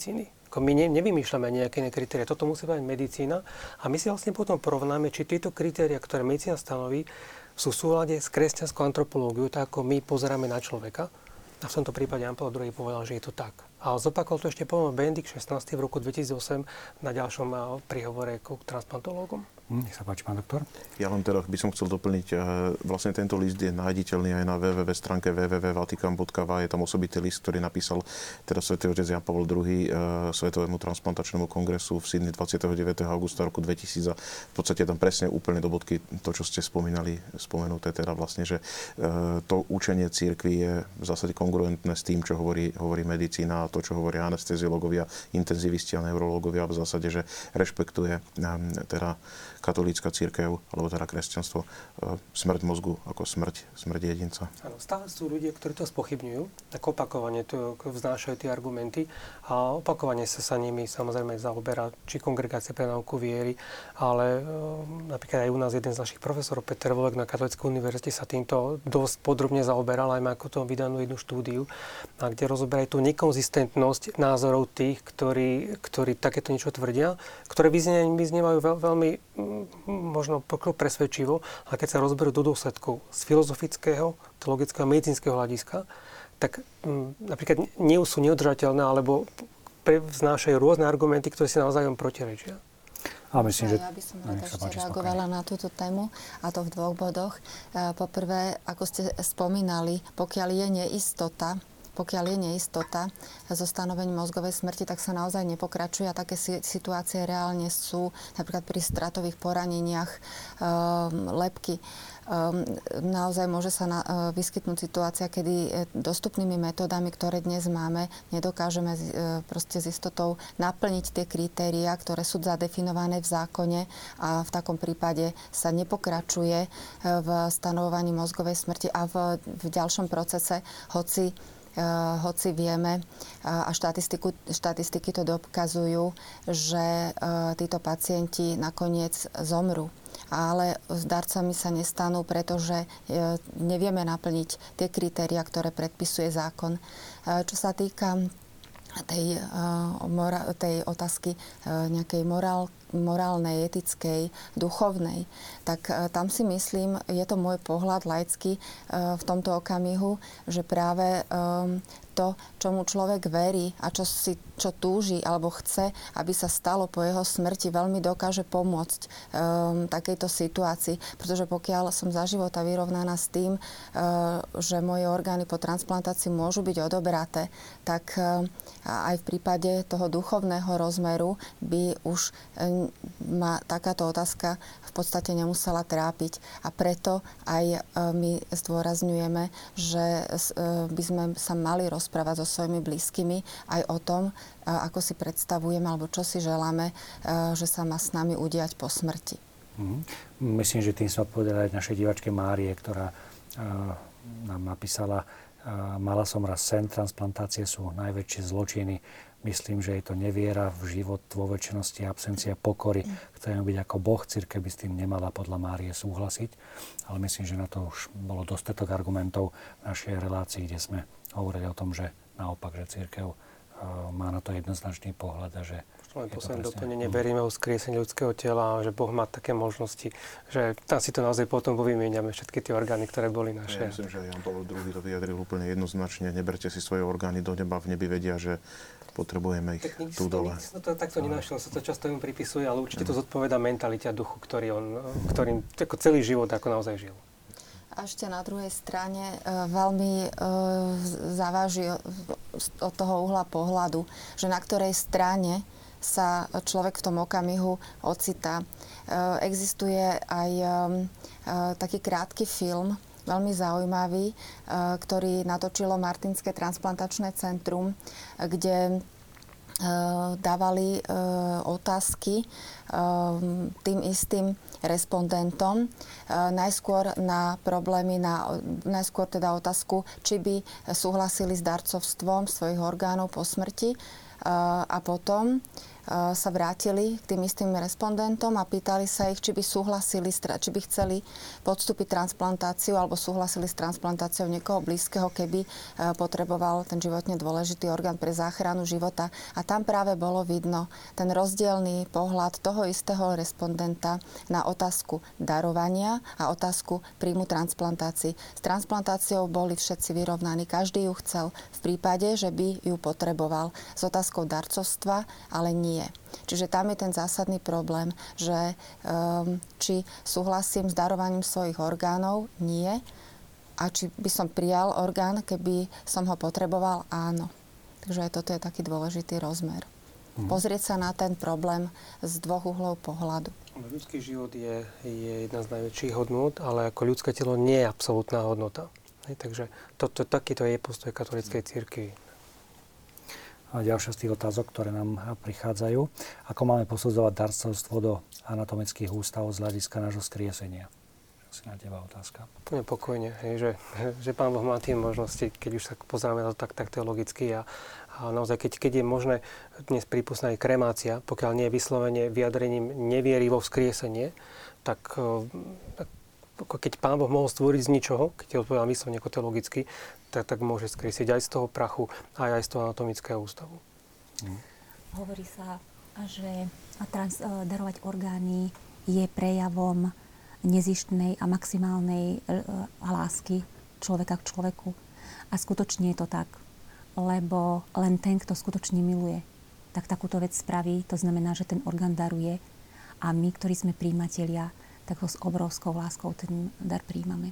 My nevymýšľame nejaké iné kritéria. Toto musí byť medicína a my si vlastne potom porovnáme, či tieto kritéria, ktoré medicína stanoví, sú v súlade s kresťanskou antropológiou, tak ako my pozeráme na človeka. A v tomto prípade Jan Pavel II povedal, že je to tak. A zopakoval to ešte poviem Benedikt XVI v roku 2008 na ďalšom príhovore k transplantológom. Nech sa páči, pán doktor. Ja len teda by som chcel doplniť, vlastne tento list je nájditeľný aj na www stránke www.vatikan.va. Je tam osobitý list, ktorý napísal teda svätý otec Jan Pavel II Svetovému transplantačnému kongresu v Sydney 29. augusta roku 2000. A v podstate tam presne úplne do bodky to, čo ste spomenuté, teda vlastne, že to učenie cirkvi je v zásade kongruentné s tým, čo hovorí medicína a to, čo hovoria anesteziológovia, intenzivisti a neurológovia v zásade, že rešpektuje teda katolícka cirkev, alebo teda kresťanstvo, smrť mozgu ako smrť jedinca. Áno, stále sú ľudia, ktorí to spochybňujú, tak opakovane to vznášajú tie argumenty a opakovane sa nimi samozrejme zaoberá či Kongregácia pre náuku viery, ale napríklad aj u nás jeden z našich profesorov, Peter Volek na Katolíckej univerzite sa týmto dosť podrobne zaoberal, aj má ako tomu vydanú jednu štúdiu, a kde rozoberajú tú nekonzistentnosť názorov tých, ktorí takéto niečo tvrdia, ktoré vyznievajú veľmi možno presvedčivo, ale keď sa rozberú do dôsledkov z filozofického, teologického a medicínskeho hľadiska, tak napríklad nie sú neudržateľné, alebo vznášajú rôzne argumenty, ktoré si navzájom protirečia. A myslím, že... Ja by som rada ešte reagovala na túto tému, a to v dvoch bodoch. Poprvé, ako ste spomínali, pokiaľ je neistota zo stanovení mozgovej smrti, tak sa naozaj nepokračuje a také situácie reálne sú napríklad pri stratových poraneniach lebky. Naozaj môže sa vyskytnúť situácia, kedy dostupnými metódami, ktoré dnes máme, nedokážeme proste s istotou naplniť tie kritériá, ktoré sú zadefinované v zákone a v takom prípade sa nepokračuje v stanovovaní mozgovej smrti a v ďalšom procese, hoci vieme a štatistiky to dokazujú, že títo pacienti nakoniec zomrú. Ale s darcami sa nestanú, pretože nevieme naplniť tie kritériá, ktoré predpisuje zákon. Čo sa týka tej otázky nejakej morálnej, etickej, duchovnej, tak tam si myslím, je to môj pohľad laický v tomto okamihu, že práve to, čomu človek verí a čo túži alebo chce, aby sa stalo po jeho smrti, veľmi dokáže pomôcť takejto situácii. Pretože pokiaľ som za života vyrovnaná s tým, že moje orgány po transplantácii môžu byť odobraté, tak aj v prípade toho duchovného rozmeru by už ma takáto otázka v podstate nemusela trápiť. A preto aj my zdôrazňujeme, že by sme sa mali rozprávať so svojimi blízkymi aj o tom, ako si predstavujeme alebo čo si želáme, že sa má s nami udiať po smrti. Myslím, že tým sme odpovedali aj našej diváčke Márie, ktorá nám napísala: mala som raz sen, transplantácie sú najväčšie zločiny. Myslím, že je to neviera v život vo večnosti, absencia pokory. Chceme byť ako Boh, cirkev by s tým nemala podľa Márie súhlasiť. Ale myslím, že na to už bolo dostatok argumentov v našej relácii, kde sme hovorili o tom, že naopak, že cirkev má na to jednoznačný pohľad a že len posledné doplnenie, veríme o skriesenie ľudského tela, že Boh má také možnosti, že tam si to naozaj potom povymieňame všetky tie orgány, ktoré boli naše. Ja myslím, že Jan Pavel II to vyjadril úplne jednoznačne. Neberte si svoje orgány do neba, v nebi vedia, že potrebujeme ich tu dole. To takto nenašiel, sa to často im pripisuje, ale určite to zodpovedá mentalite a duchu, ktorým ako celý život ako naozaj žil. A ešte na druhej strane veľmi závaží od toho uhla pohľadu, že na ktorej strane sa človek v tom okamihu ocitá. Existuje aj taký krátky film, veľmi zaujímavý, ktorý natočilo Martinské transplantačné centrum, kde dávali otázky tým istým respondentom. Najskôr na problémy, najskôr teda otázku, či by súhlasili s darcovstvom svojich orgánov po smrti, a potom sa vrátili k tým istým respondentom a pýtali sa ich, či by súhlasili, či by chceli podstúpiť transplantáciu alebo súhlasili s transplantáciou niekoho blízkeho, keby potreboval ten životne dôležitý orgán pre záchranu života. A tam práve bolo vidno ten rozdielný pohľad toho istého respondenta na otázku darovania a otázku príjmu transplantácií. S transplantáciou boli všetci vyrovnaní, každý ju chcel v prípade, že by ju potreboval. S otázkou darcovstva ale nie. Čiže tam je ten zásadný problém, že či súhlasím s darovaním svojich orgánov, nie. A či by som prijal orgán, keby som ho potreboval, áno. Takže aj toto je taký dôležitý rozmer. Pozrieť sa na ten problém z dvoch uhlov pohľadu. Ľudský život je jedna z najväčších hodnôt, ale ako ľudské telo nie je absolútna hodnota. Takže takýto je postoj katolíckej cirkvi. A ďalšia z tých otázok, ktoré nám prichádzajú. Ako máme posudzovať darcovstvo do anatomických ústavov z hľadiska nášho skriesenia? Asi na teba otázka. Úplne pokojne, že Pán Boh má tie možnosti, keď už sa pozeráme na to tak teologicky a naozaj, keď je možné dnes prípustná aj kremácia, pokiaľ nie je vyslovene vyjadrením neviery vo vzkriesenie, tak keď Pán Boh mohol stvoriť z ničoho, keď je odpovedal vyslovene ako teologicky, tak môže skriesiť aj z toho prachu, aj z toho anatomického ústavu. Hovorí sa, že darovať orgány je prejavom nezištnej a maximálnej lásky človeka k človeku. A skutočne je to tak, lebo len ten, kto skutočne miluje, tak takúto vec spraví. To znamená, že ten orgán daruje a my, ktorí sme príjimatelia, tak s obrovskou láskou ten dar príjmame.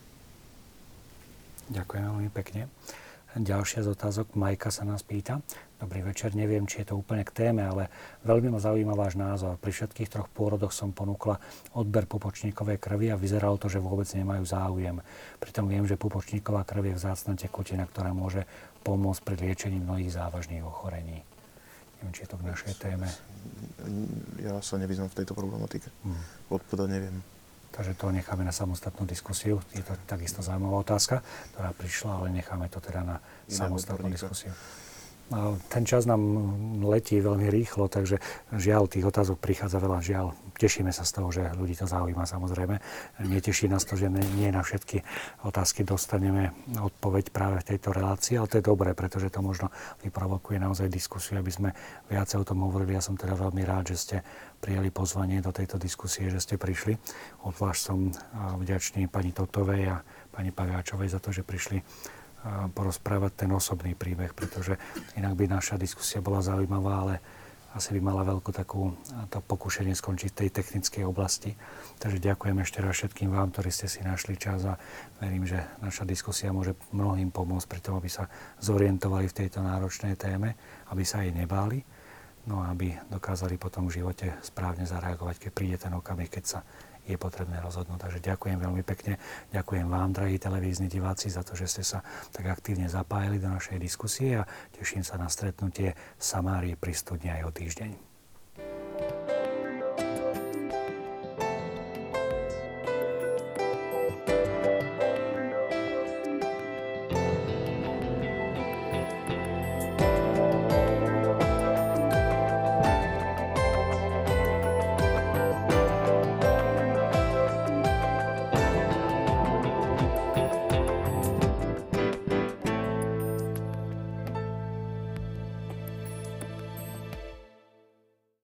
Ďakujem veľmi pekne. Ďalšia z otázok, Majka sa nás pýta. Dobrý večer, neviem, či je to úplne k téme, ale veľmi ma zaujíma váš názor. Pri všetkých 3 pôrodoch som ponúkla odber pupočníkovej krvi a vyzeralo to, že vôbec nemajú záujem. Pritom viem, že pupočníková krv je vzácna tekutina, ktorá môže pomôcť pri liečení mnohých závažných ochorení. Neviem, či je to k našej téme. Ja sa nevyznám v tejto problematike. Odpovedať neviem. Takže to necháme na samostatnú diskusiu. Je to takisto zaujímavá otázka, ktorá prišla, ale necháme to teda na samostatnú diskusiu. Ten čas nám letí veľmi rýchlo, takže žiaľ, tých otázok prichádza veľa. Žiaľ, tešíme sa z toho, že ľudí to zaujíma, samozrejme. Neteší nás to, že nie na všetky otázky dostaneme odpoveď práve v tejto relácii, ale to je dobré, pretože to možno vyprovokuje naozaj diskusiu, aby sme viacej o tom hovorili. Ja som teda veľmi rád, že ste prijali pozvanie do tejto diskusie, že ste prišli. Obzvlášť som vďačný pani Totovej a pani Pagáčovej za to, že prišli porozprávať ten osobný príbeh, pretože inak by naša diskusia bola zaujímavá, ale asi by mala veľkú takú to pokušenie skončiť v tej technickej oblasti. Takže ďakujem ešte raz všetkým vám, ktorí ste si našli čas a verím, že naša diskusia môže mnohým pomôcť pri tom, aby sa zorientovali v tejto náročnej téme, aby sa jej nebáli, no a aby dokázali potom v živote správne zareagovať, keď príde ten okamih, keď sa je potrebné rozhodnúť. Takže ďakujem veľmi pekne. Ďakujem vám, drahí televízni diváci, za to, že ste sa tak aktívne zapájali do našej diskusie a teším sa na stretnutie v Samárii pri studni aj o týždeň.